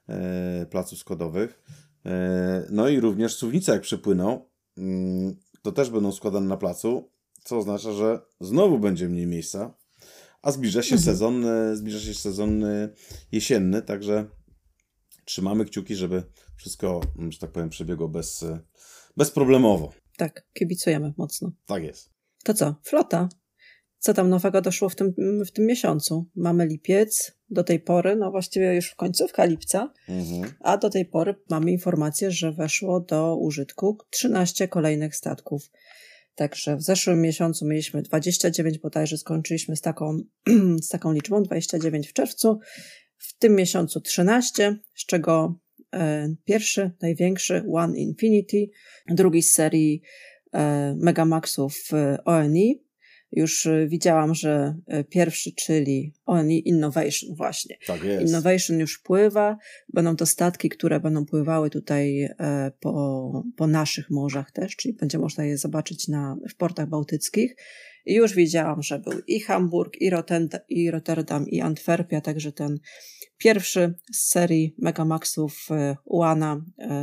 y, placów składowych. Y, no i również suwnice, jak przepłyną, y, to też będą składane na placu, co oznacza, że znowu będzie mniej miejsca. A zbliża się mhm. sezon, zbliża się sezon jesienny, także trzymamy kciuki, żeby wszystko, że tak powiem, przebiegło bez, bezproblemowo. Tak, kibicujemy mocno. Tak jest. To co? Flota. Co tam nowego doszło w tym, w tym miesiącu? Mamy lipiec, do tej pory, no właściwie już w końcówka lipca, mhm. a do tej pory mamy informację, że weszło do użytku trzynaście kolejnych statków. Także w zeszłym miesiącu mieliśmy dwadzieścia dziewięć, bodajże skończyliśmy z taką, z taką liczbą, dwadzieścia dziewięć w czerwcu. W tym miesiącu trzynaście, z czego e, pierwszy, największy One Infinity, drugi z serii e, Megamaxów O N I. Już widziałam, że pierwszy, czyli O N I Innovation właśnie. Tak jest. Innovation już pływa. Będą to statki, które będą pływały tutaj po, po naszych morzach też, czyli będzie można je zobaczyć na, w portach bałtyckich. I już widziałam, że był i Hamburg, i Rotterdam, i, Rotterdam, i Antwerpia, także ten pierwszy z serii Megamaxów One'a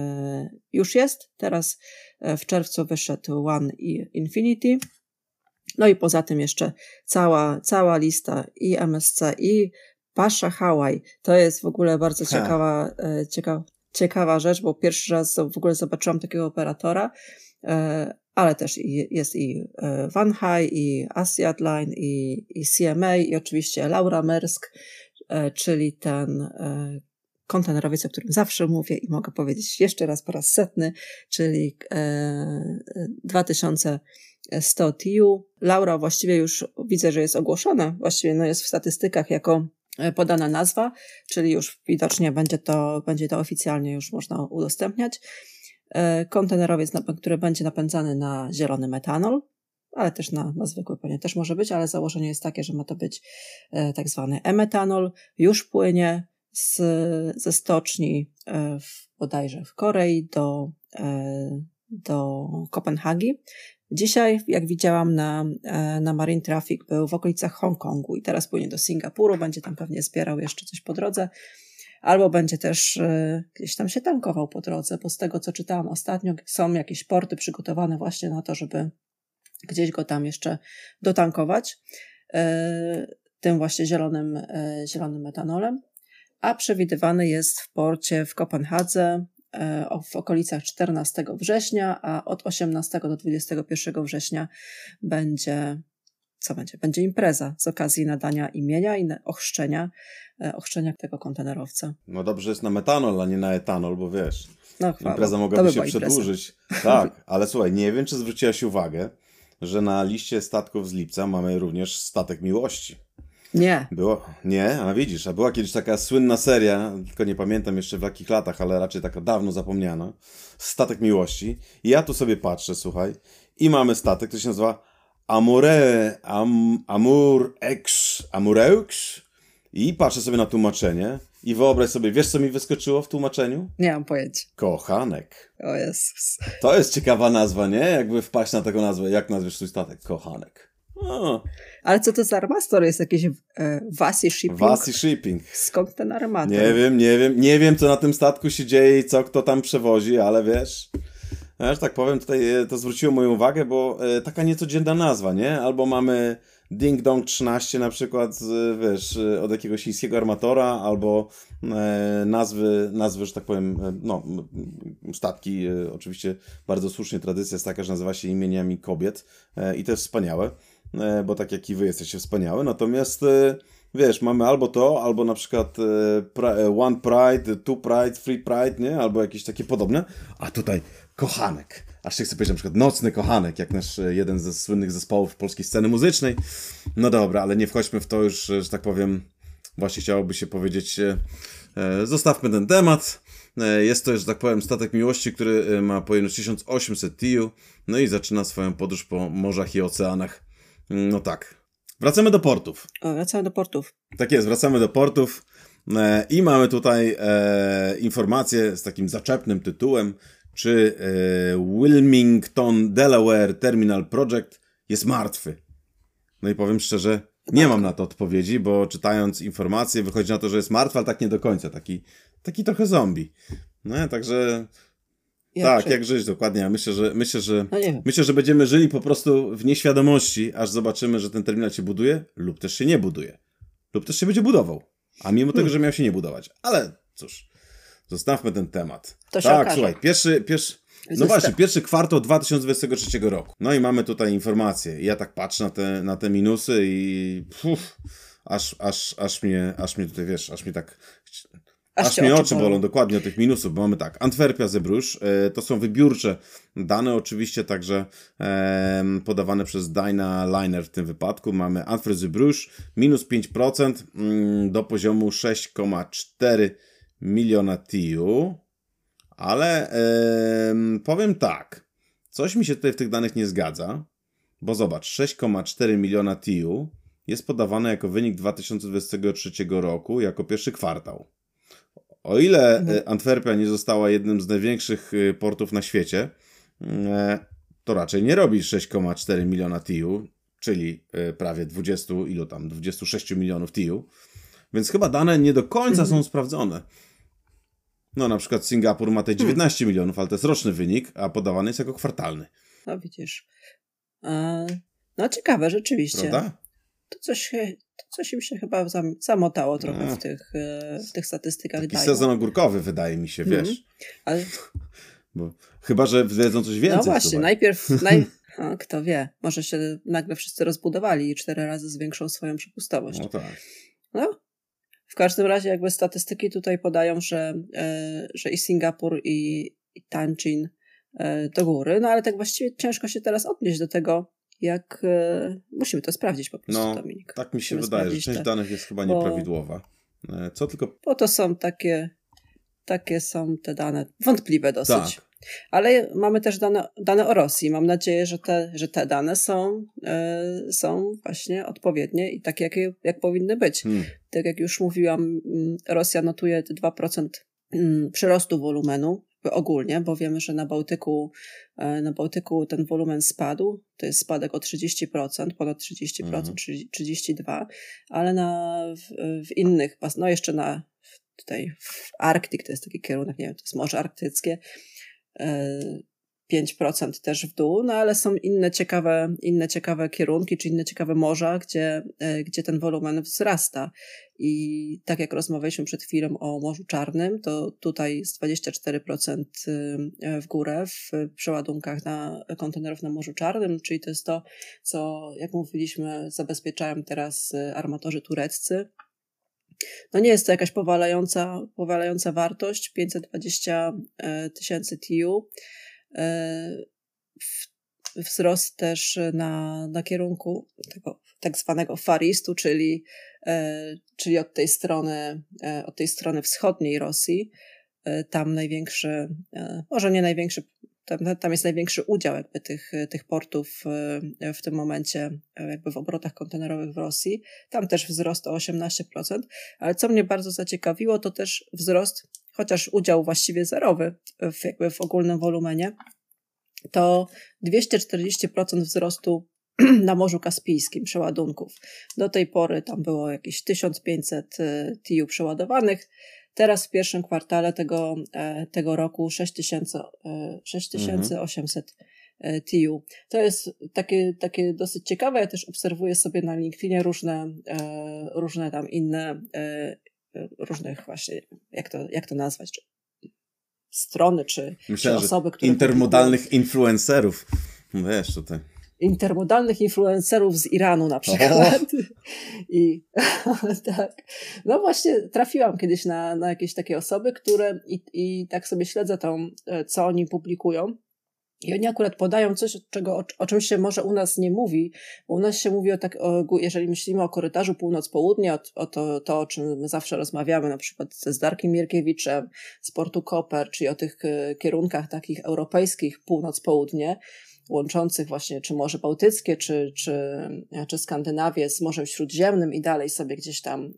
już jest. Teraz w czerwcu wyszedł One Infinity. No i poza tym jeszcze cała, cała lista i M S C, i Pasha Hawaii. To jest w ogóle bardzo ciekawa, e, ciekawa, ciekawa rzecz, bo pierwszy raz w ogóle zobaczyłam takiego operatora, e, ale też i, jest i e, Van Hai, i Asiat Line, i, i C M A, i oczywiście Laura Maersk, e, czyli ten e, kontenerowiec, o którym zawsze mówię i mogę powiedzieć jeszcze raz po raz setny, czyli e, dwa tysiące sto T U. Laura właściwie już widzę, że jest ogłoszona, właściwie no jest w statystykach jako podana nazwa, czyli już widocznie będzie to, będzie to oficjalnie już można udostępniać. kontenerowiec, który będzie napędzany na zielony metanol, ale też na, na zwykły płynie też może być, ale założenie jest takie, że ma to być tak zwany e-metanol, już płynie z, ze stoczni w, bodajże w Korei do, do Kopenhagi. Dzisiaj, jak widziałam na, na Marine Traffic, był w okolicach Hongkongu i teraz płynie do Singapuru, będzie tam pewnie zbierał jeszcze coś po drodze, albo będzie też y, gdzieś tam się tankował po drodze, bo z tego, co czytałam ostatnio, są jakieś porty przygotowane właśnie na to, żeby gdzieś go tam jeszcze dotankować y, tym właśnie zielonym, y, zielonym metanolem, a przewidywany jest w porcie w Kopenhadze w okolicach czternastego września, a od osiemnastego do dwudziestego pierwszego września będzie, co będzie? Będzie impreza z okazji nadania imienia i ochrzczenia, ochrzczenia tego kontenerowca. No dobrze jest na metanol, a nie na etanol, bo wiesz, no, chwała. impreza mogłaby się przedłużyć. Tak, ale słuchaj, nie wiem, czy zwróciłaś uwagę, że na liście statków z lipca mamy również Statek Miłości. Nie. Było, nie, a widzisz, a była kiedyś taka słynna seria, tylko nie pamiętam jeszcze w jakich latach, ale raczej taka dawno zapomniana, Statek Miłości. I ja tu sobie patrzę, słuchaj, i mamy statek, który się nazywa Amore, am, Amur Ex, Amureux i patrzę sobie na tłumaczenie i wyobraź sobie, wiesz co mi wyskoczyło w tłumaczeniu? Nie mam pojęcia. Kochanek. O Jezus. To jest ciekawa nazwa, nie? Jakby wpaść na taką nazwę, jak nazwiesz swój statek? Kochanek. O. Ale co to za armator? Jest jakiś e, Vasi Shipping? Vasi Shipping. Skąd ten armator? Nie wiem, nie wiem, nie wiem co na tym statku się dzieje i co kto tam przewozi, ale wiesz, ja, że tak powiem, tutaj to zwróciło moją uwagę, bo e, taka niecodzienna nazwa, nie? Albo mamy Ding Dong trzynaście na przykład, z, wiesz, od jakiegoś chińskiego armatora, albo e, nazwy, nazwy, że tak powiem, e, no, statki, e, oczywiście bardzo słusznie tradycja jest taka, że nazywa się imieniami kobiet e, i to jest wspaniałe. Bo tak jak i wy jesteście wspaniałe, natomiast wiesz, mamy albo to, albo na przykład One Pride, Two Pride, Three Pride, nie? Albo jakieś takie podobne, a tutaj kochanek, aż się chcę powiedzieć na przykład nocny kochanek, jak nasz jeden ze słynnych zespołów polskiej sceny muzycznej. No dobra, ale nie wchodźmy w to już, że tak powiem, właśnie chciałoby się powiedzieć, zostawmy ten temat. Jest to, że tak powiem, statek miłości, który ma pojemność tysiąc osiemset T I U, no i zaczyna swoją podróż po morzach i oceanach. No tak. Wracamy do portów. O, wracamy do portów. Tak jest, wracamy do portów e, i mamy tutaj e, informację z takim zaczepnym tytułem, czy e, Wilmington Delaware Terminal Project jest martwy. No i powiem szczerze, nie mam na to odpowiedzi, bo czytając informacje wychodzi na to, że jest martwy, ale tak nie do końca. Taki, taki trochę zombie. No, także... Jak tak, żyć? jak żyć, dokładnie. Ja myślę, że myślę, że no myślę, że będziemy żyli po prostu w nieświadomości, aż zobaczymy, że ten terminal się buduje, lub też się nie buduje. Lub też się będzie budował. A mimo hmm. tego, że miał się nie budować. Ale cóż, zostawmy ten temat. To się tak, okaże. słuchaj, pierwszy, pierwszy no właśnie, pierwszy kwartał dwa tysiące dwudziestego trzeciego roku. No i mamy tutaj informacje. I ja tak patrzę na te, na te minusy i puf, aż, aż, aż mnie, aż mnie tutaj, wiesz, aż mnie tak... Aż, Aż mnie oczy bolą. bolą, dokładnie, o tych minusów, bo mamy tak, Antwerpia, Zeebrugge, e, to są wybiórcze dane oczywiście, także e, podawane przez Dyna Liner w tym wypadku. Mamy Antwerp, Zeebrugge, minus pięć procent mm, do poziomu sześć przecinek cztery miliona T I U, ale e, powiem tak, coś mi się tutaj w tych danych nie zgadza, bo zobacz, sześć przecinek cztery miliona T I U jest podawane jako wynik dwa tysiące dwudziestego trzeciego roku, jako pierwszy kwartał. O ile mhm. Antwerpia nie została jednym z największych portów na świecie, to raczej nie robi sześć przecinek cztery miliona T I U, czyli prawie dwadzieścia, ilu tam, dwadzieścia sześć milionów T I U, więc chyba dane nie do końca mhm. są sprawdzone. No na przykład Singapur ma te dziewiętnaście hmm. milionów, ale to jest roczny wynik, a podawany jest jako kwartalny. No widzisz. E, no ciekawe, rzeczywiście. Prawda? To coś, to coś im się chyba zam, zamotało trochę no. w, tych, w tych statystykach. Taki dają. Sezon ogórkowy wydaje mi się, wiesz. Mm, ale... Bo chyba, że wiedzą coś więcej. No właśnie, chyba. najpierw... Naj... A, kto wie, może się nagle wszyscy rozbudowali i cztery razy zwiększą swoją przepustowość. No tak. No, w każdym razie jakby statystyki tutaj podają, że, e, że i Singapur i, i Tianjin e, do góry, no ale tak właściwie ciężko się teraz odnieść do tego, jak e, musimy to sprawdzić po prostu, no, Dominik. Tak mi się musimy wydaje, że część te, danych jest chyba nieprawidłowa. E, co tylko... Bo to są takie, takie są te dane wątpliwe dosyć. Tak. Ale mamy też dane, dane o Rosji. Mam nadzieję, że te, że te dane są, y, są właśnie odpowiednie i takie, jakie jak powinny być. Hmm. Tak jak już mówiłam, Rosja notuje dwa procent przyrostu wolumenu ogólnie, bo wiemy, że na Bałtyku, na Bałtyku ten wolumen spadł. To jest spadek o trzydzieści procent, ponad trzydzieści procent, hmm. trzydzieści dwa procent, ale na, w, w innych, no jeszcze na tutaj w Arktyk, to jest taki kierunek, nie wiem, to jest Morze Arktyckie, pięć procent też w dół, no ale są inne ciekawe, inne ciekawe kierunki, czy inne ciekawe morza, gdzie, gdzie ten wolumen wzrasta. I tak jak rozmawialiśmy przed chwilą o Morzu Czarnym, to tutaj jest dwadzieścia cztery procent w górę w przeładunkach na kontenerów na Morzu Czarnym, czyli to jest to, co, jak mówiliśmy, zabezpieczają teraz armatorzy tureccy. No nie jest to jakaś powalająca, powalająca wartość, pięćset dwadzieścia tysięcy T U. Wzrost też na, na kierunku tego tak zwanego Far Eastu, czyli, czyli od tej strony, od tej strony wschodniej Rosji. Tam największy, może nie największy, tam, tam jest największy udział jakby tych, tych portów w tym momencie jakby w obrotach kontenerowych w Rosji. Tam też wzrost o osiemnaście procent, ale co mnie bardzo zaciekawiło, to też wzrost, chociaż udział właściwie zerowy w, jakby w ogólnym wolumenie, to dwieście czterdzieści procent wzrostu na Morzu Kaspijskim przeładunków. Do tej pory tam było jakieś tysiąc pięćset T U przeładowanych. Teraz w pierwszym kwartale tego, tego roku sześć tysięcy osiemset T U. To jest takie, takie dosyć ciekawe. Ja też obserwuję sobie na LinkedInie różne, różne tam inne, różnych właśnie, jak to, jak to nazwać, czy strony, czy, Myślałem, czy osoby, które... Intermodalnych publikują... influencerów. Wiesz, tutaj. Intermodalnych influencerów z Iranu na przykład. O! I tak. No właśnie trafiłam kiedyś na, na jakieś takie osoby, które i, i tak sobie śledzę tą, co oni publikują. I oni akurat podają coś, czego, o, o czym się może u nas nie mówi, bo u nas się mówi o tak, o, jeżeli myślimy o korytarzu północ-południe, o, o to, to, o czym my zawsze rozmawiamy, na przykład ze Zdarkiem Mierkiewiczem, z portu Koper, czyli o tych kierunkach takich europejskich północ-południe, łączących właśnie czy Morze Bałtyckie, czy, czy, czy Skandynawię z Morzem Śródziemnym i dalej sobie gdzieś tam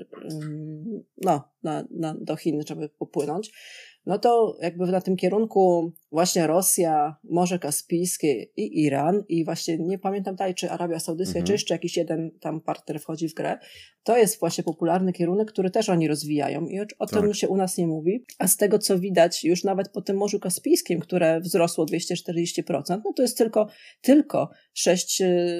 no, na, na, do Chin, żeby popłynąć. No to jakby na tym kierunku właśnie Rosja, Morze Kaspijskie i Iran i właśnie nie pamiętam dalej, czy Arabia Saudyjska, mhm. czy jeszcze jakiś jeden tam partner wchodzi w grę. To jest właśnie popularny kierunek, który też oni rozwijają i o, o tak. tym się u nas nie mówi. A z tego, co widać już nawet po tym Morzu Kaspijskim, które wzrosło dwieście czterdzieści procent, no to jest tylko, tylko sześć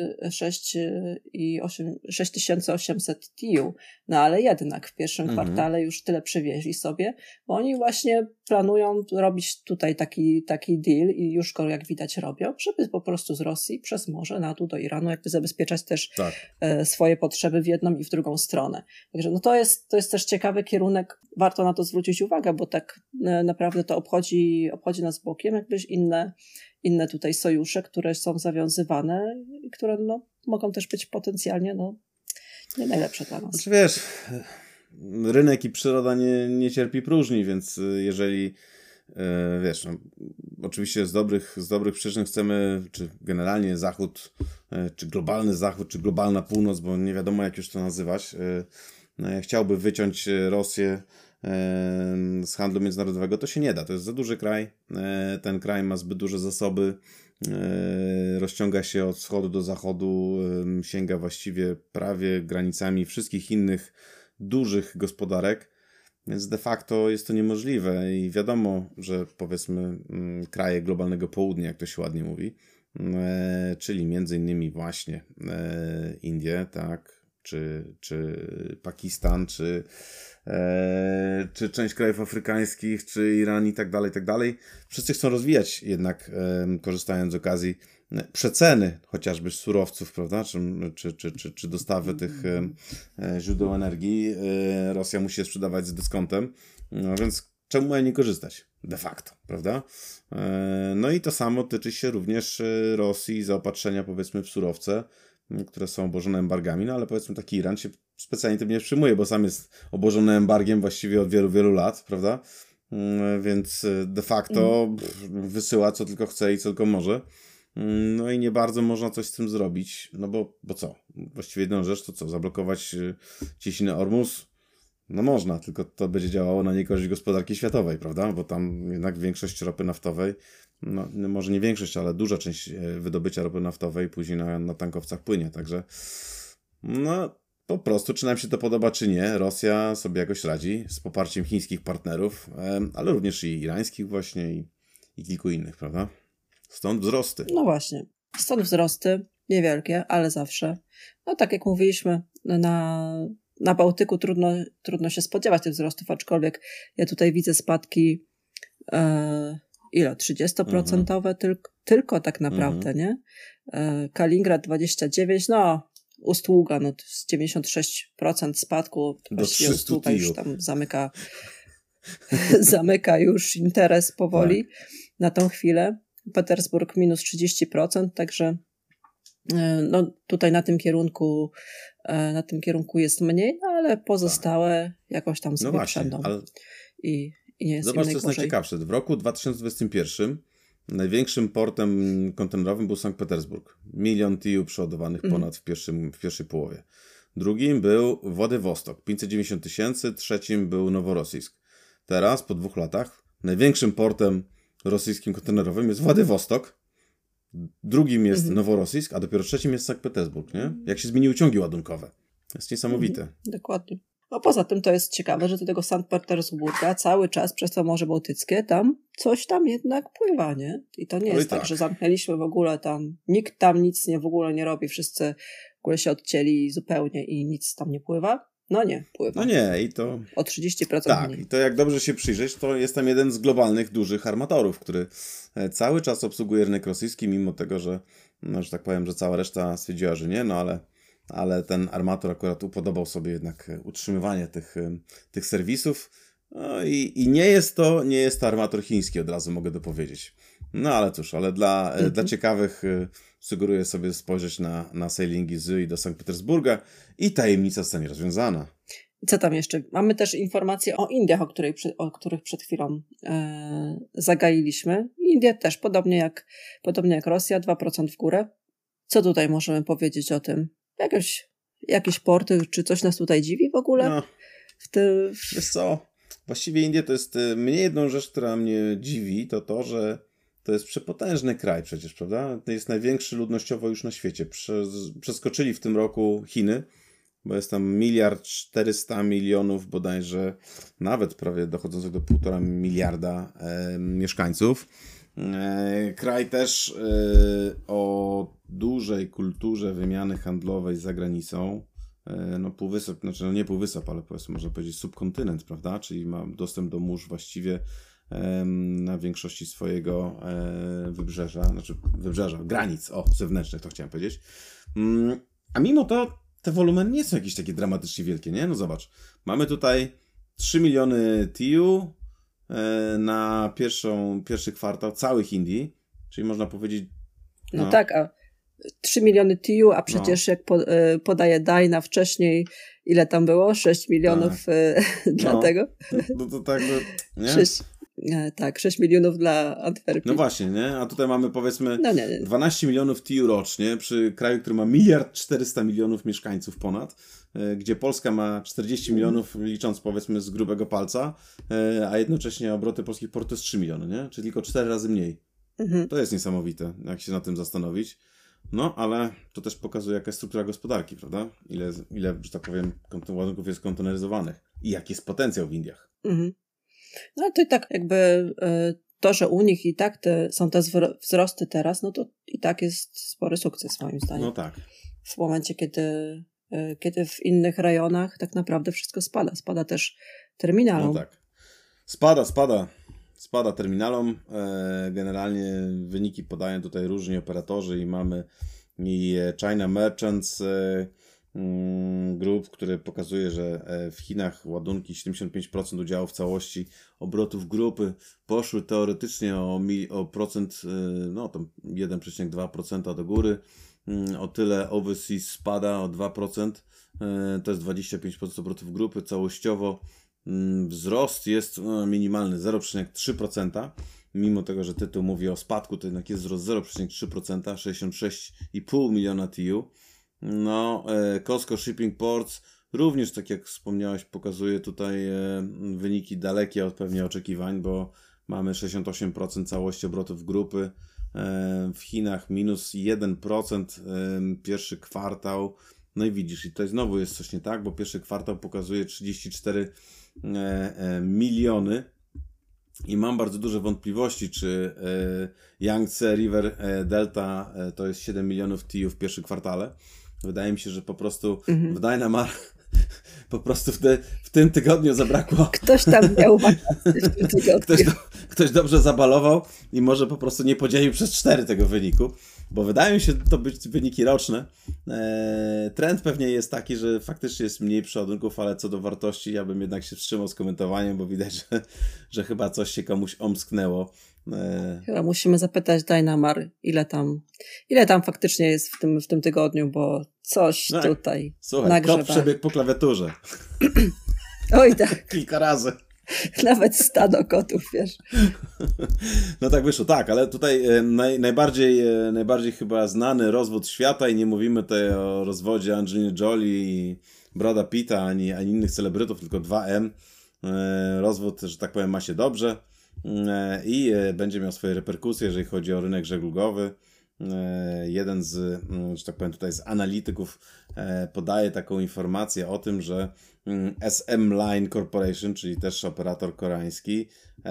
tysięcy osiemset T U. No ale jednak w pierwszym mhm. kwartale już tyle przywieźli sobie, bo oni właśnie planują robić tutaj taki, taki deal i już go jak widać robią, żeby po prostu z Rosji przez morze na dół do Iranu jakby zabezpieczać też tak. e, swoje potrzeby w jedną i w drugą stronę. Także no to jest, to jest też ciekawy kierunek, warto na to zwrócić uwagę, bo tak e, naprawdę to obchodzi, obchodzi nas bokiem, jakbyś inne, inne tutaj sojusze, które są zawiązywane i które no, mogą też być potencjalnie no, nie najlepsze dla nas. Znaczy wiesz, rynek i przyroda nie, nie cierpi próżni, więc jeżeli e, wiesz, no, oczywiście z dobrych, z dobrych przyczyn chcemy, czy generalnie Zachód, e, czy globalny Zachód, czy globalna północ, bo nie wiadomo jak już to nazywać, e, chciałby wyciąć Rosję e, z handlu międzynarodowego, to się nie da. To jest za duży kraj, e, ten kraj ma zbyt duże zasoby, e, rozciąga się od wschodu do zachodu, e, sięga właściwie prawie granicami wszystkich innych dużych gospodarek, więc de facto jest to niemożliwe i wiadomo, że powiedzmy kraje globalnego południa, jak to się ładnie mówi, e, czyli między innymi właśnie e, Indie, tak, czy, czy Pakistan, czy, e, czy część krajów afrykańskich, czy Iran i tak dalej, i tak dalej. Wszyscy chcą rozwijać jednak, e, korzystając z okazji, przeceny chociażby surowców, prawda, czy, czy, czy, czy, czy dostawy tych e, źródeł energii. E, Rosja musi je sprzedawać z dyskontem, no więc czemu nie korzystać de facto, prawda? E, no i to samo tyczy się również Rosji, zaopatrzenia powiedzmy w surowce, które są obłożone embargami, no ale powiedzmy taki Iran się specjalnie tym nie przyjmuje, bo sam jest obłożony embargiem właściwie od wielu, wielu lat, prawda? więc de facto mm. wysyła co tylko chce i co tylko może. No i nie bardzo można coś z tym zrobić, no bo, bo co? Właściwie jedną rzecz to co? Zablokować cieśninę Ormus? No można, tylko to będzie działało na niekorzyść gospodarki światowej, prawda? Bo tam jednak większość ropy naftowej, no może nie większość, ale duża część wydobycia ropy naftowej później na, na tankowcach płynie, także no po prostu, czy nam się to podoba, czy nie, Rosja sobie jakoś radzi z poparciem chińskich partnerów, ale również i irańskich właśnie i, i kilku innych, prawda? Stąd wzrosty. No właśnie, stąd wzrosty, niewielkie, ale zawsze. No tak jak mówiliśmy, na, na Bałtyku trudno, trudno się spodziewać tych wzrostów, aczkolwiek ja tutaj widzę spadki e, ile? trzydziestoprocentowe mhm. tylko, tylko tak naprawdę, mhm. nie? E, Kaliningrad dwadzieścia dziewięć procent, no Ustługa, no to jest dziewięćdziesiąt sześć procent spadku, właściwie Ustługa już tam zamyka zamyka już interes powoli tak. na tą chwilę. Petersburg minus trzydzieści procent, także no tutaj na tym kierunku na tym kierunku jest mniej, no ale pozostałe tak. jakoś tam sobie no właśnie, przędą. Ale... I, i nie jest Zobacz, co jest najciekawsze. W roku dwa tysiące dwudziestym pierwszym największym portem kontenerowym był Sankt Petersburg. Milion T I U przeładowanych mm. ponad w, pierwszym, w pierwszej połowie. Drugim był Władywostok, pięćset dziewięćdziesiąt tysięcy. Trzecim był Noworossisk. Teraz, po dwóch latach, największym portem rosyjskim kontenerowym jest Władywostok. Drugim jest mm-hmm. Noworossisk, a dopiero trzecim jest Sankt Petersburg. Nie? Jak się zmieniły ciągi ładunkowe. To jest niesamowite. Mm, dokładnie. No poza tym to jest ciekawe, że do tego Sankt Petersburga cały czas przez to Morze Bałtyckie tam coś tam jednak pływa, nie? I to nie jest tak, tak, że zamknęliśmy w ogóle tam, nikt tam nic nie w ogóle nie robi, wszyscy w ogóle się odcięli zupełnie i nic tam nie pływa. No nie, pływa. No nie, i to... O trzydzieści procent tak, mniej. i to jak dobrze się przyjrzeć, to jest tam jeden z globalnych, dużych armatorów, który cały czas obsługuje rynek rosyjski, mimo tego, że, no, że tak powiem, że cała reszta stwierdziła, że nie, no ale... ale ten armator akurat upodobał sobie jednak utrzymywanie tych, tych serwisów. No i, i nie jest to nie jest to armator chiński, od razu mogę dopowiedzieć. No ale cóż, ale dla, mm-hmm. dla ciekawych sugeruję sobie spojrzeć na, na sailingi z i do Sankt Petersburga i tajemnica zostanie rozwiązana. Co tam jeszcze? Mamy też informacje o Indiach, o, której, o których przed chwilą e, zagailiśmy. Indie też, podobnie jak, podobnie jak Rosja, dwa procent w górę. Co tutaj możemy powiedzieć o tym? Jakieś, jakieś porty, czy coś nas tutaj dziwi w ogóle? No, w ty... wiesz co, właściwie Indie to jest, mnie jedną rzecz, która mnie dziwi, to to, że to jest przepotężny kraj przecież, prawda? To jest największy ludnościowo już na świecie. Przez, przeskoczyli w tym roku Chiny, bo jest tam miliard czterysta milionów bodajże, nawet prawie dochodzących do półtora miliarda e, mieszkańców. E, kraj też e, o dużej kulturze wymiany handlowej za granicą. E, no półwysep, znaczy no nie półwysep, ale powiedzmy można powiedzieć subkontynent, prawda? Czyli ma dostęp do mórz właściwie e, na większości swojego e, wybrzeża, znaczy wybrzeża, granic, o, zewnętrznych to chciałem powiedzieć. Mm, a mimo to te wolumeny nie są jakieś takie dramatycznie wielkie, nie? No zobacz, mamy tutaj trzy miliony T I U na pierwszą, pierwszy kwartał całych Indii, czyli można powiedzieć... No, no tak, a trzy miliony T I U, a przecież no. jak po, podaje Dajna wcześniej, ile tam było? sześć milionów tak. dla no. tego? No to tak, nie? sześć, tak, sześć milionów dla Antwerpii. No właśnie, nie? A tutaj mamy powiedzmy no nie, nie. dwanaście milionów T I U rocznie przy kraju, który ma miliard czterysta milionów mieszkańców ponad, gdzie Polska ma czterdzieści milionów, licząc powiedzmy z grubego palca, a jednocześnie obroty polskich portów to jest trzy miliony, nie? Czyli tylko cztery razy mniej. Mhm. To jest niesamowite, jak się nad tym zastanowić. No, ale to też pokazuje, jaka jest struktura gospodarki, prawda? Ile, ile że tak powiem, ładunków jest konteneryzowanych i jaki jest potencjał w Indiach. Mhm. No to i tak jakby to, że u nich i tak te, są te wzrosty teraz, no to i tak jest spory sukces moim zdaniem. No tak. W momencie, kiedy, kiedy w innych rejonach tak naprawdę wszystko spada. Spada też terminalom. No tak. Spada, spada. Spada terminalom. Generalnie wyniki podają tutaj różni operatorzy i mamy i China Merchants Group, który pokazuje, że w Chinach ładunki siedemdziesiąt pięć procent udziału w całości obrotów grupy poszły teoretycznie o, o procent, no tam jeden przecinek dwa procent do góry. O tyle overseas spada o dwa procent, to jest dwadzieścia pięć procent obrotów grupy. Całościowo Wzrost jest no, minimalny, zero przecinek trzy procent. Mimo tego, że tytuł mówi o spadku, to jednak jest wzrost zero przecinek trzy procent, sześćdziesiąt sześć i pół miliona T U. No, e, Costco Shipping Ports również, tak jak wspomniałeś, pokazuje tutaj e, wyniki dalekie od pewnie oczekiwań, bo mamy sześćdziesiąt osiem procent całości obrotów grupy. E, w Chinach minus jeden procent e, pierwszy kwartał. No i widzisz, i tutaj znowu jest coś nie tak, bo pierwszy kwartał pokazuje trzydzieści cztery e, e, miliony. I mam bardzo duże wątpliwości, czy y, Yangtze River y, Delta y, to jest siedem milionów T U w pierwszym kwartale. Wydaje mi się, że po prostu mhm. w Dynamar po prostu w, te, w tym tygodniu zabrakło. Ktoś tam miał wakacje w tym tygodniu. Ktoś, do, ktoś dobrze zabalował i może po prostu nie podzielił przez cztery tego wyniku, bo wydają mi się to być wyniki roczne. Eee, trend pewnie jest taki, że faktycznie jest mniej przeładunków, ale co do wartości ja bym jednak się wstrzymał z komentowaniem, bo widać, że, że chyba coś się komuś omsknęło. Eee. Chyba musimy zapytać Dynamar, ile tam, ile tam faktycznie jest w tym, w tym tygodniu, bo coś no, tutaj słuchaj, nagrzewa. Kot przebiegł po klawiaturze. Oj tak. Kilka razy. Nawet stado kotów, wiesz. No tak wyszło, tak, ale tutaj e, naj, najbardziej, e, najbardziej chyba znany rozwód świata i nie mówimy tutaj o rozwodzie Angeliny Jolie i Brada Pitta, ani, ani innych celebrytów, tylko dwa M. E, rozwód, że tak powiem, ma się dobrze e, i e, będzie miał swoje reperkusje, jeżeli chodzi o rynek żeglugowy. E, jeden z, że tak powiem, tutaj z analityków e, podaje taką informację o tym, że S M Line Corporation, czyli też operator koreański,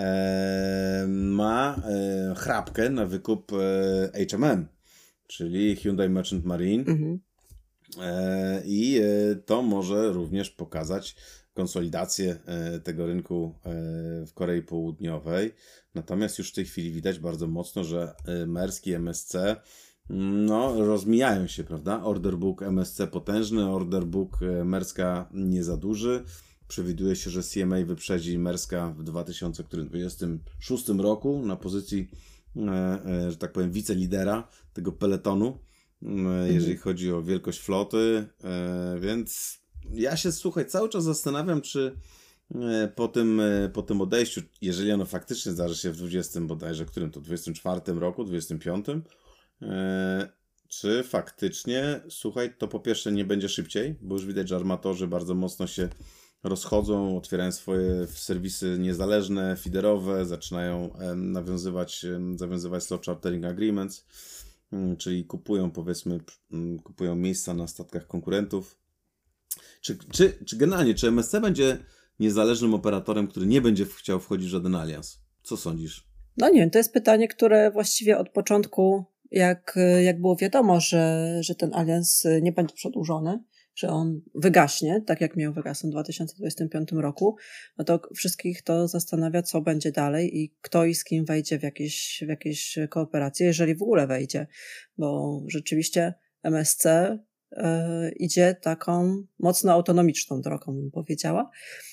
e, ma e, chrapkę na wykup e, H M M, czyli Hyundai Merchant Marine. Mhm. E, I e, to może również pokazać konsolidację e, tego rynku e, w Korei Południowej. Natomiast już w tej chwili widać bardzo mocno, że e, Maersk i M S C no, rozmijają się, prawda? Order book M S C potężny, order book Maerska nie za duży. Przewiduje się, że C M A wyprzedzi Maerska w dwa tysiące dwudziestym szóstym roku na pozycji, e, e, że tak powiem, wicelidera tego peletonu, e, jeżeli mhm. chodzi o wielkość floty. E, więc ja się, słuchaj, cały czas zastanawiam, czy e, po tym, e, po tym odejściu, jeżeli ono faktycznie zdarzy się w dwudziestym bodajże, którym to, dwudziestym czwartym roku, dwudziestym piątym, Eee, czy faktycznie, słuchaj, to po pierwsze nie będzie szybciej, bo już widać, że armatorzy bardzo mocno się rozchodzą, otwierają swoje serwisy niezależne, feederowe, zaczynają em, nawiązywać, em, zawiązywać slot chartering agreements, em, czyli kupują, powiedzmy, em, kupują miejsca na statkach konkurentów. Czy, czy, czy generalnie, czy M S C będzie niezależnym operatorem, który nie będzie chciał wchodzić w żaden alians? Co sądzisz? No nie wiem, to jest pytanie, które właściwie od początku, jak, jak było wiadomo, że, że ten alians nie będzie przedłużony, że on wygaśnie, tak jak miał wygasnąć w dwa tysiące dwudziestym piątym roku, no to wszystkich to zastanawia, co będzie dalej i kto i z kim wejdzie w jakieś, w jakieś kooperacje, jeżeli w ogóle wejdzie, bo rzeczywiście M S C y, idzie taką mocno autonomiczną drogą, bym powiedziała.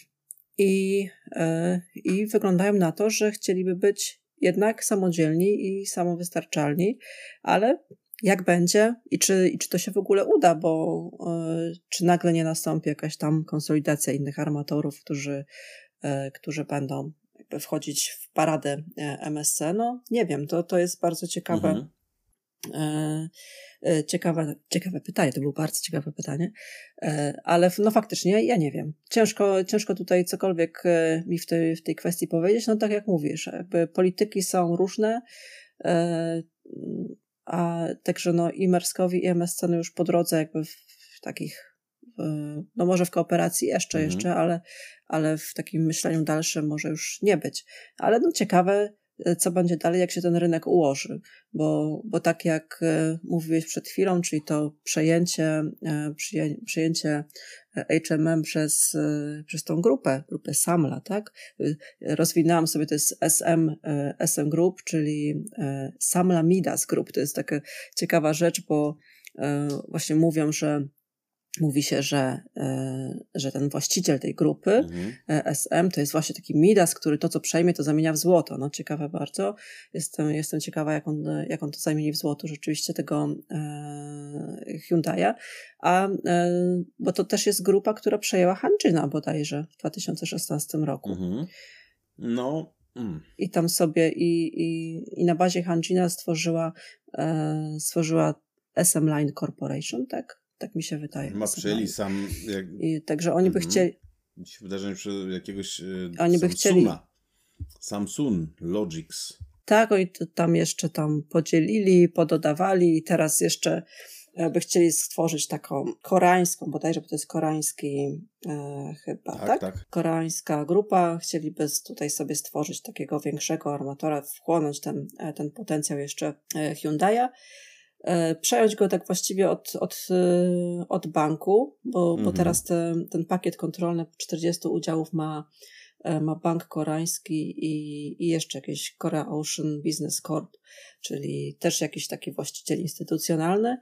I, y, I wyglądają na to, że chcieliby być jednak samodzielni i samowystarczalni, ale jak będzie i czy, i czy to się w ogóle uda, bo y, czy nagle nie nastąpi jakaś tam konsolidacja innych armatorów, którzy, y, którzy będą jakby wchodzić w paradę M S C, no nie wiem, to, to jest bardzo ciekawe. Mhm. Ciekawe, ciekawe pytanie, to było bardzo ciekawe pytanie, ale no faktycznie ja nie wiem. Ciężko, ciężko tutaj cokolwiek mi w tej, w tej kwestii powiedzieć, no tak jak mówisz, jakby polityki są różne, a także no i Maerskowi i M S C no już po drodze jakby w takich, no może w kooperacji jeszcze, mhm. jeszcze, ale, ale w takim myśleniu dalszym może już nie być. Ale no ciekawe, co będzie dalej, jak się ten rynek ułoży, bo, bo tak jak mówiłeś przed chwilą, czyli to przejęcie, przejęcie H M M przez, przez tą grupę, grupę Samla, tak? Rozwinęłam sobie, to jest S M, S M Group, czyli Samla Midas Group. To jest taka ciekawa rzecz, bo właśnie mówią, że mówi się, że, że ten właściciel tej grupy mhm. S M to jest właśnie taki Midas, który to, co przejmie, to zamienia w złoto. No ciekawe bardzo. Jestem, jestem ciekawa, jak on, jak on to zamieni w złoto rzeczywiście tego e, Hyundai'a. A, e, bo to też jest grupa, która przejęła Hanjina bodajże w dwa tysiące szesnastym roku. Mhm. No... Mm. I tam sobie i, i, i na bazie Hanjina stworzyła, e, stworzyła S M Line Corporation, tak? Tak mi się wydaje. Ma przyjęli sam... Jak... I, także oni by mm-hmm. chcieli... Mi się wydaje, że przy jakiegoś e, oni by chcieli... Samsung Logics. Tak, oni to tam jeszcze tam podzielili, pododawali i teraz jeszcze by chcieli stworzyć taką koreańską, bodajże, bo to jest koreański e, chyba, tak, tak? tak? Koreańska grupa. Chcieliby tutaj sobie stworzyć takiego większego armatora, wchłonąć ten, ten potencjał jeszcze Hyundai'a. E, przejąć go tak właściwie od, od, od banku, bo, mhm. bo teraz te, ten pakiet kontrolny czterdziestu udziałów ma, ma bank koreański i, i jeszcze jakiś Korea Ocean Business Corp, czyli też jakiś taki właściciel instytucjonalny.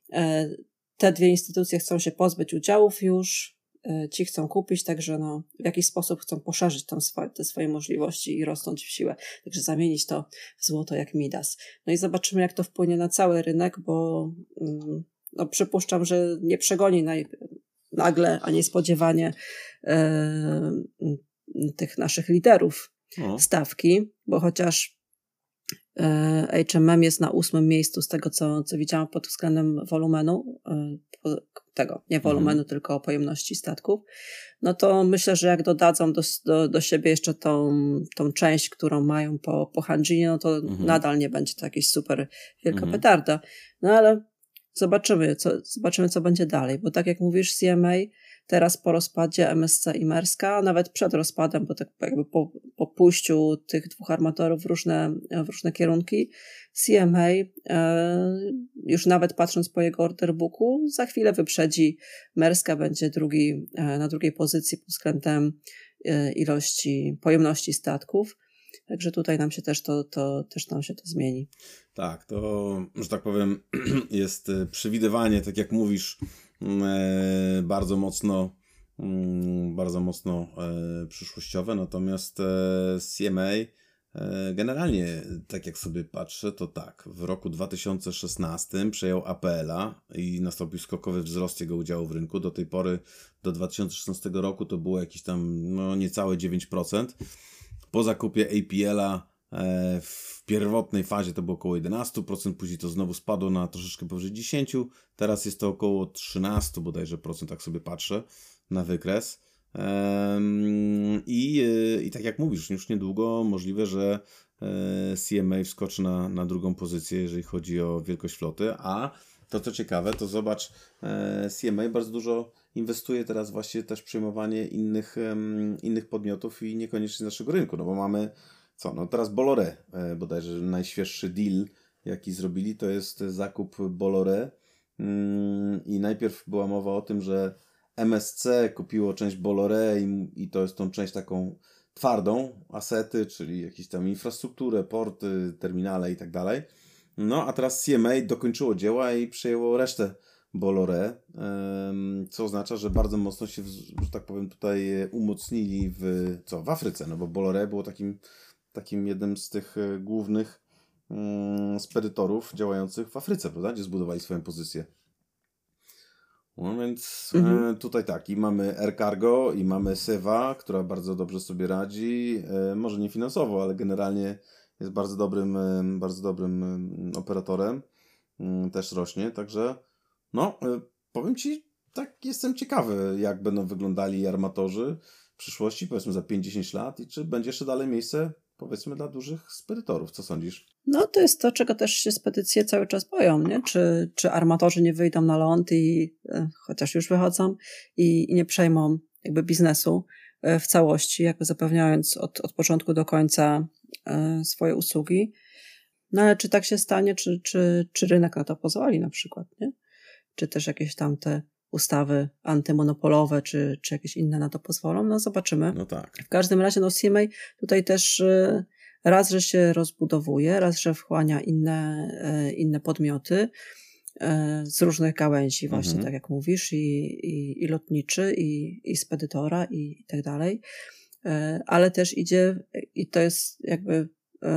Te dwie instytucje chcą się pozbyć udziałów już, ci chcą kupić, także no, w jakiś sposób chcą poszerzyć tam swoje, te swoje możliwości i rosnąć w siłę, także zamienić to w złoto jak Midas. No i zobaczymy, jak to wpłynie na cały rynek, bo no, przypuszczam, że nie przegoni naj, nagle, a niespodziewanie e, tych naszych liderów o. stawki, bo chociaż H and M jest na ósmym miejscu z tego, co, co widziałam pod względem wolumenu, tego, nie wolumenu, mhm. tylko pojemności statków, no to myślę, że jak dodadzą do, do, do siebie jeszcze tą, tą część, którą mają po, po Hanjinie, no to mhm. nadal nie będzie to jakieś super wielka mhm. petarda. No ale zobaczymy co, zobaczymy, co będzie dalej, bo tak jak mówisz, C M A teraz po rozpadzie M S C i Maerska, nawet przed rozpadem, bo tak jakby po, po pójściu tych dwóch armatorów w różne, w różne kierunki, C M A e, już nawet patrząc po jego order booku, za chwilę wyprzedzi Maerska, będzie drugi, e, na drugiej pozycji pod względem e, ilości, pojemności statków. Także tutaj nam się też to, to, też nam się to zmieni. Tak, to, że tak powiem, jest przewidywanie, tak jak mówisz, e, bardzo mocno mm, bardzo mocno e, przyszłościowe, natomiast e, C M A e, generalnie, tak jak sobie patrzę, to tak, w roku dwa tysiące szesnastym przejął A P L-a i nastąpił skokowy wzrost jego udziału w rynku. Do tej pory, do dwa tysiące szesnastego roku to było jakieś tam no, niecałe dziewięć procent. Po zakupie A P L-a e, w pierwotnej fazie to było około jedenaście procent, później to znowu spadło na troszeczkę powyżej dziesięć procent, teraz jest to około trzynaście bodajże procent, tak sobie patrzę na wykres. Ehm, i, e, I tak jak mówisz, już niedługo możliwe, że e, C M A wskoczy na, na drugą pozycję, jeżeli chodzi o wielkość floty, a to co ciekawe, to zobacz, e, C M A bardzo dużo inwestuje teraz właśnie też w przyjmowanie innych, um, innych podmiotów i niekoniecznie z naszego rynku, no bo mamy, co, no teraz Bolloré, e, bodajże najświeższy deal, jaki zrobili, to jest zakup Bolloré mm, i najpierw była mowa o tym, że M S C kupiło część Bolloré i, i to jest tą część taką twardą, asety, czyli jakieś tam infrastrukturę, porty, terminale i tak dalej. No a teraz C M A dokończyło dzieła i przejęło resztę Bolloré, co oznacza, że bardzo mocno się, że tak powiem, tutaj umocnili w, co, w Afryce, no bo Bolloré było takim, takim jednym z tych głównych um, spedytorów działających w Afryce, prawda, gdzie zbudowali swoją pozycję. No więc mhm. tutaj tak, i mamy Air Cargo, i mamy Seva, która bardzo dobrze sobie radzi, może nie finansowo, ale generalnie jest bardzo dobrym, bardzo dobrym operatorem, też rośnie, także no, powiem Ci, tak jestem ciekawy, jak będą wyglądali armatorzy w przyszłości, powiedzmy za pięć do dziesięciu lat i czy będzie jeszcze dalej miejsce, powiedzmy, dla dużych spedytorów. Co sądzisz? No, to jest to, czego też się spedycje cały czas boją, nie? Czy, czy armatorzy nie wyjdą na ląd i, chociaż już wychodzą, i, i nie przejmą jakby biznesu w całości, jakby zapewniając od, od początku do końca swoje usługi. No, ale czy tak się stanie, czy, czy, czy rynek na to pozwoli na przykład, nie? Czy też jakieś tam te ustawy antymonopolowe, czy, czy jakieś inne na to pozwolą, no zobaczymy. No tak. W każdym razie, no C M A tutaj też raz, że się rozbudowuje, raz, że wchłania inne, inne podmioty. z różnych gałęzi właśnie, Mhm. tak jak mówisz, i, i, i lotniczy, i, i spedytora, i, i tak dalej. Ale też idzie, i to jest jakby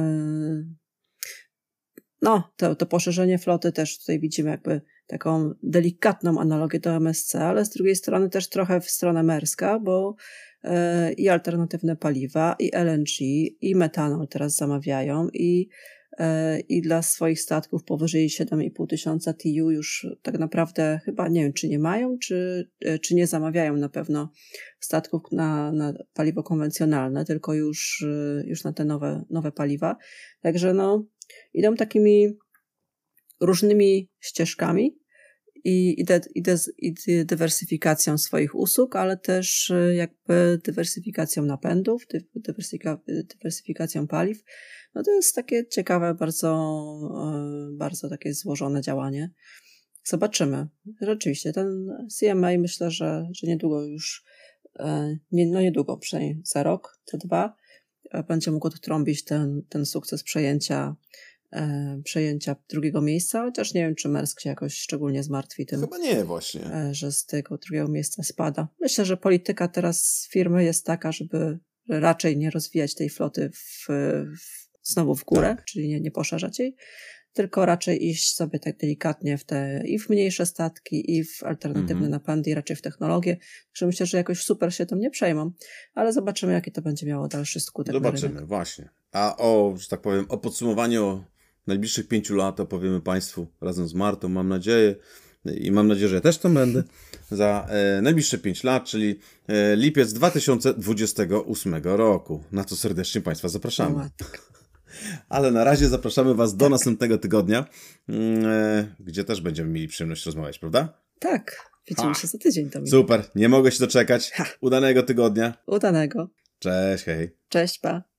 no, to, to poszerzenie floty też tutaj widzimy jakby taką delikatną analogię do M S C, ale z drugiej strony też trochę w stronę męska, bo e, i alternatywne paliwa, i L N G, i metanol teraz zamawiają, i, e, i dla swoich statków powyżej siedem i pół tysiąca T U już tak naprawdę chyba nie wiem, czy nie mają, czy, czy nie zamawiają na pewno statków na, na paliwo konwencjonalne, tylko już, już na te nowe, nowe paliwa. Także no, idą takimi różnymi ścieżkami i, i, de, i, de, i dywersyfikacją swoich usług, ale też jakby dywersyfikacją napędów, dywersyfika, dywersyfikacją paliw. No to jest takie ciekawe, bardzo, bardzo takie złożone działanie. Zobaczymy. Rzeczywiście ten C M A myślę, że, że niedługo już, nie, no niedługo, przynajmniej za rok, za dwa, będzie mógł odtrąbić ten, ten sukces przejęcia, e, przejęcia drugiego miejsca, chociaż nie wiem, czy Maersk się jakoś szczególnie zmartwi tym. Chyba nie, właśnie. E, że z tego drugiego miejsca spada. Myślę, że polityka teraz firmy jest taka, żeby raczej nie rozwijać tej floty w, w, znowu w górę, tak. Czyli nie, nie poszerzać jej, tylko raczej iść sobie tak delikatnie w te i w mniejsze statki, i w alternatywne mhm. napędy, i raczej w technologię. Także myślę, że jakoś super się tym nie przejmą, ale zobaczymy, jaki to będzie miało dalszy skutek. Zobaczymy, właśnie. A o, że tak powiem, o podsumowaniu najbliższych pięciu lat opowiemy Państwu razem z Martą, mam nadzieję, i mam nadzieję, że ja też tam będę, za e, najbliższe pięć lat, czyli e, lipiec dwa tysiące dwudziestego ósmego roku. Na co serdecznie Państwa zapraszamy. No, tak. Ale na razie zapraszamy Was do tak. następnego tygodnia, e, gdzie też będziemy mieli przyjemność rozmawiać, prawda? Tak, widzimy ha. się za tydzień. To Super, nie mogę się doczekać. Ha. Udanego tygodnia. Udanego. Cześć, hej. Cześć, pa.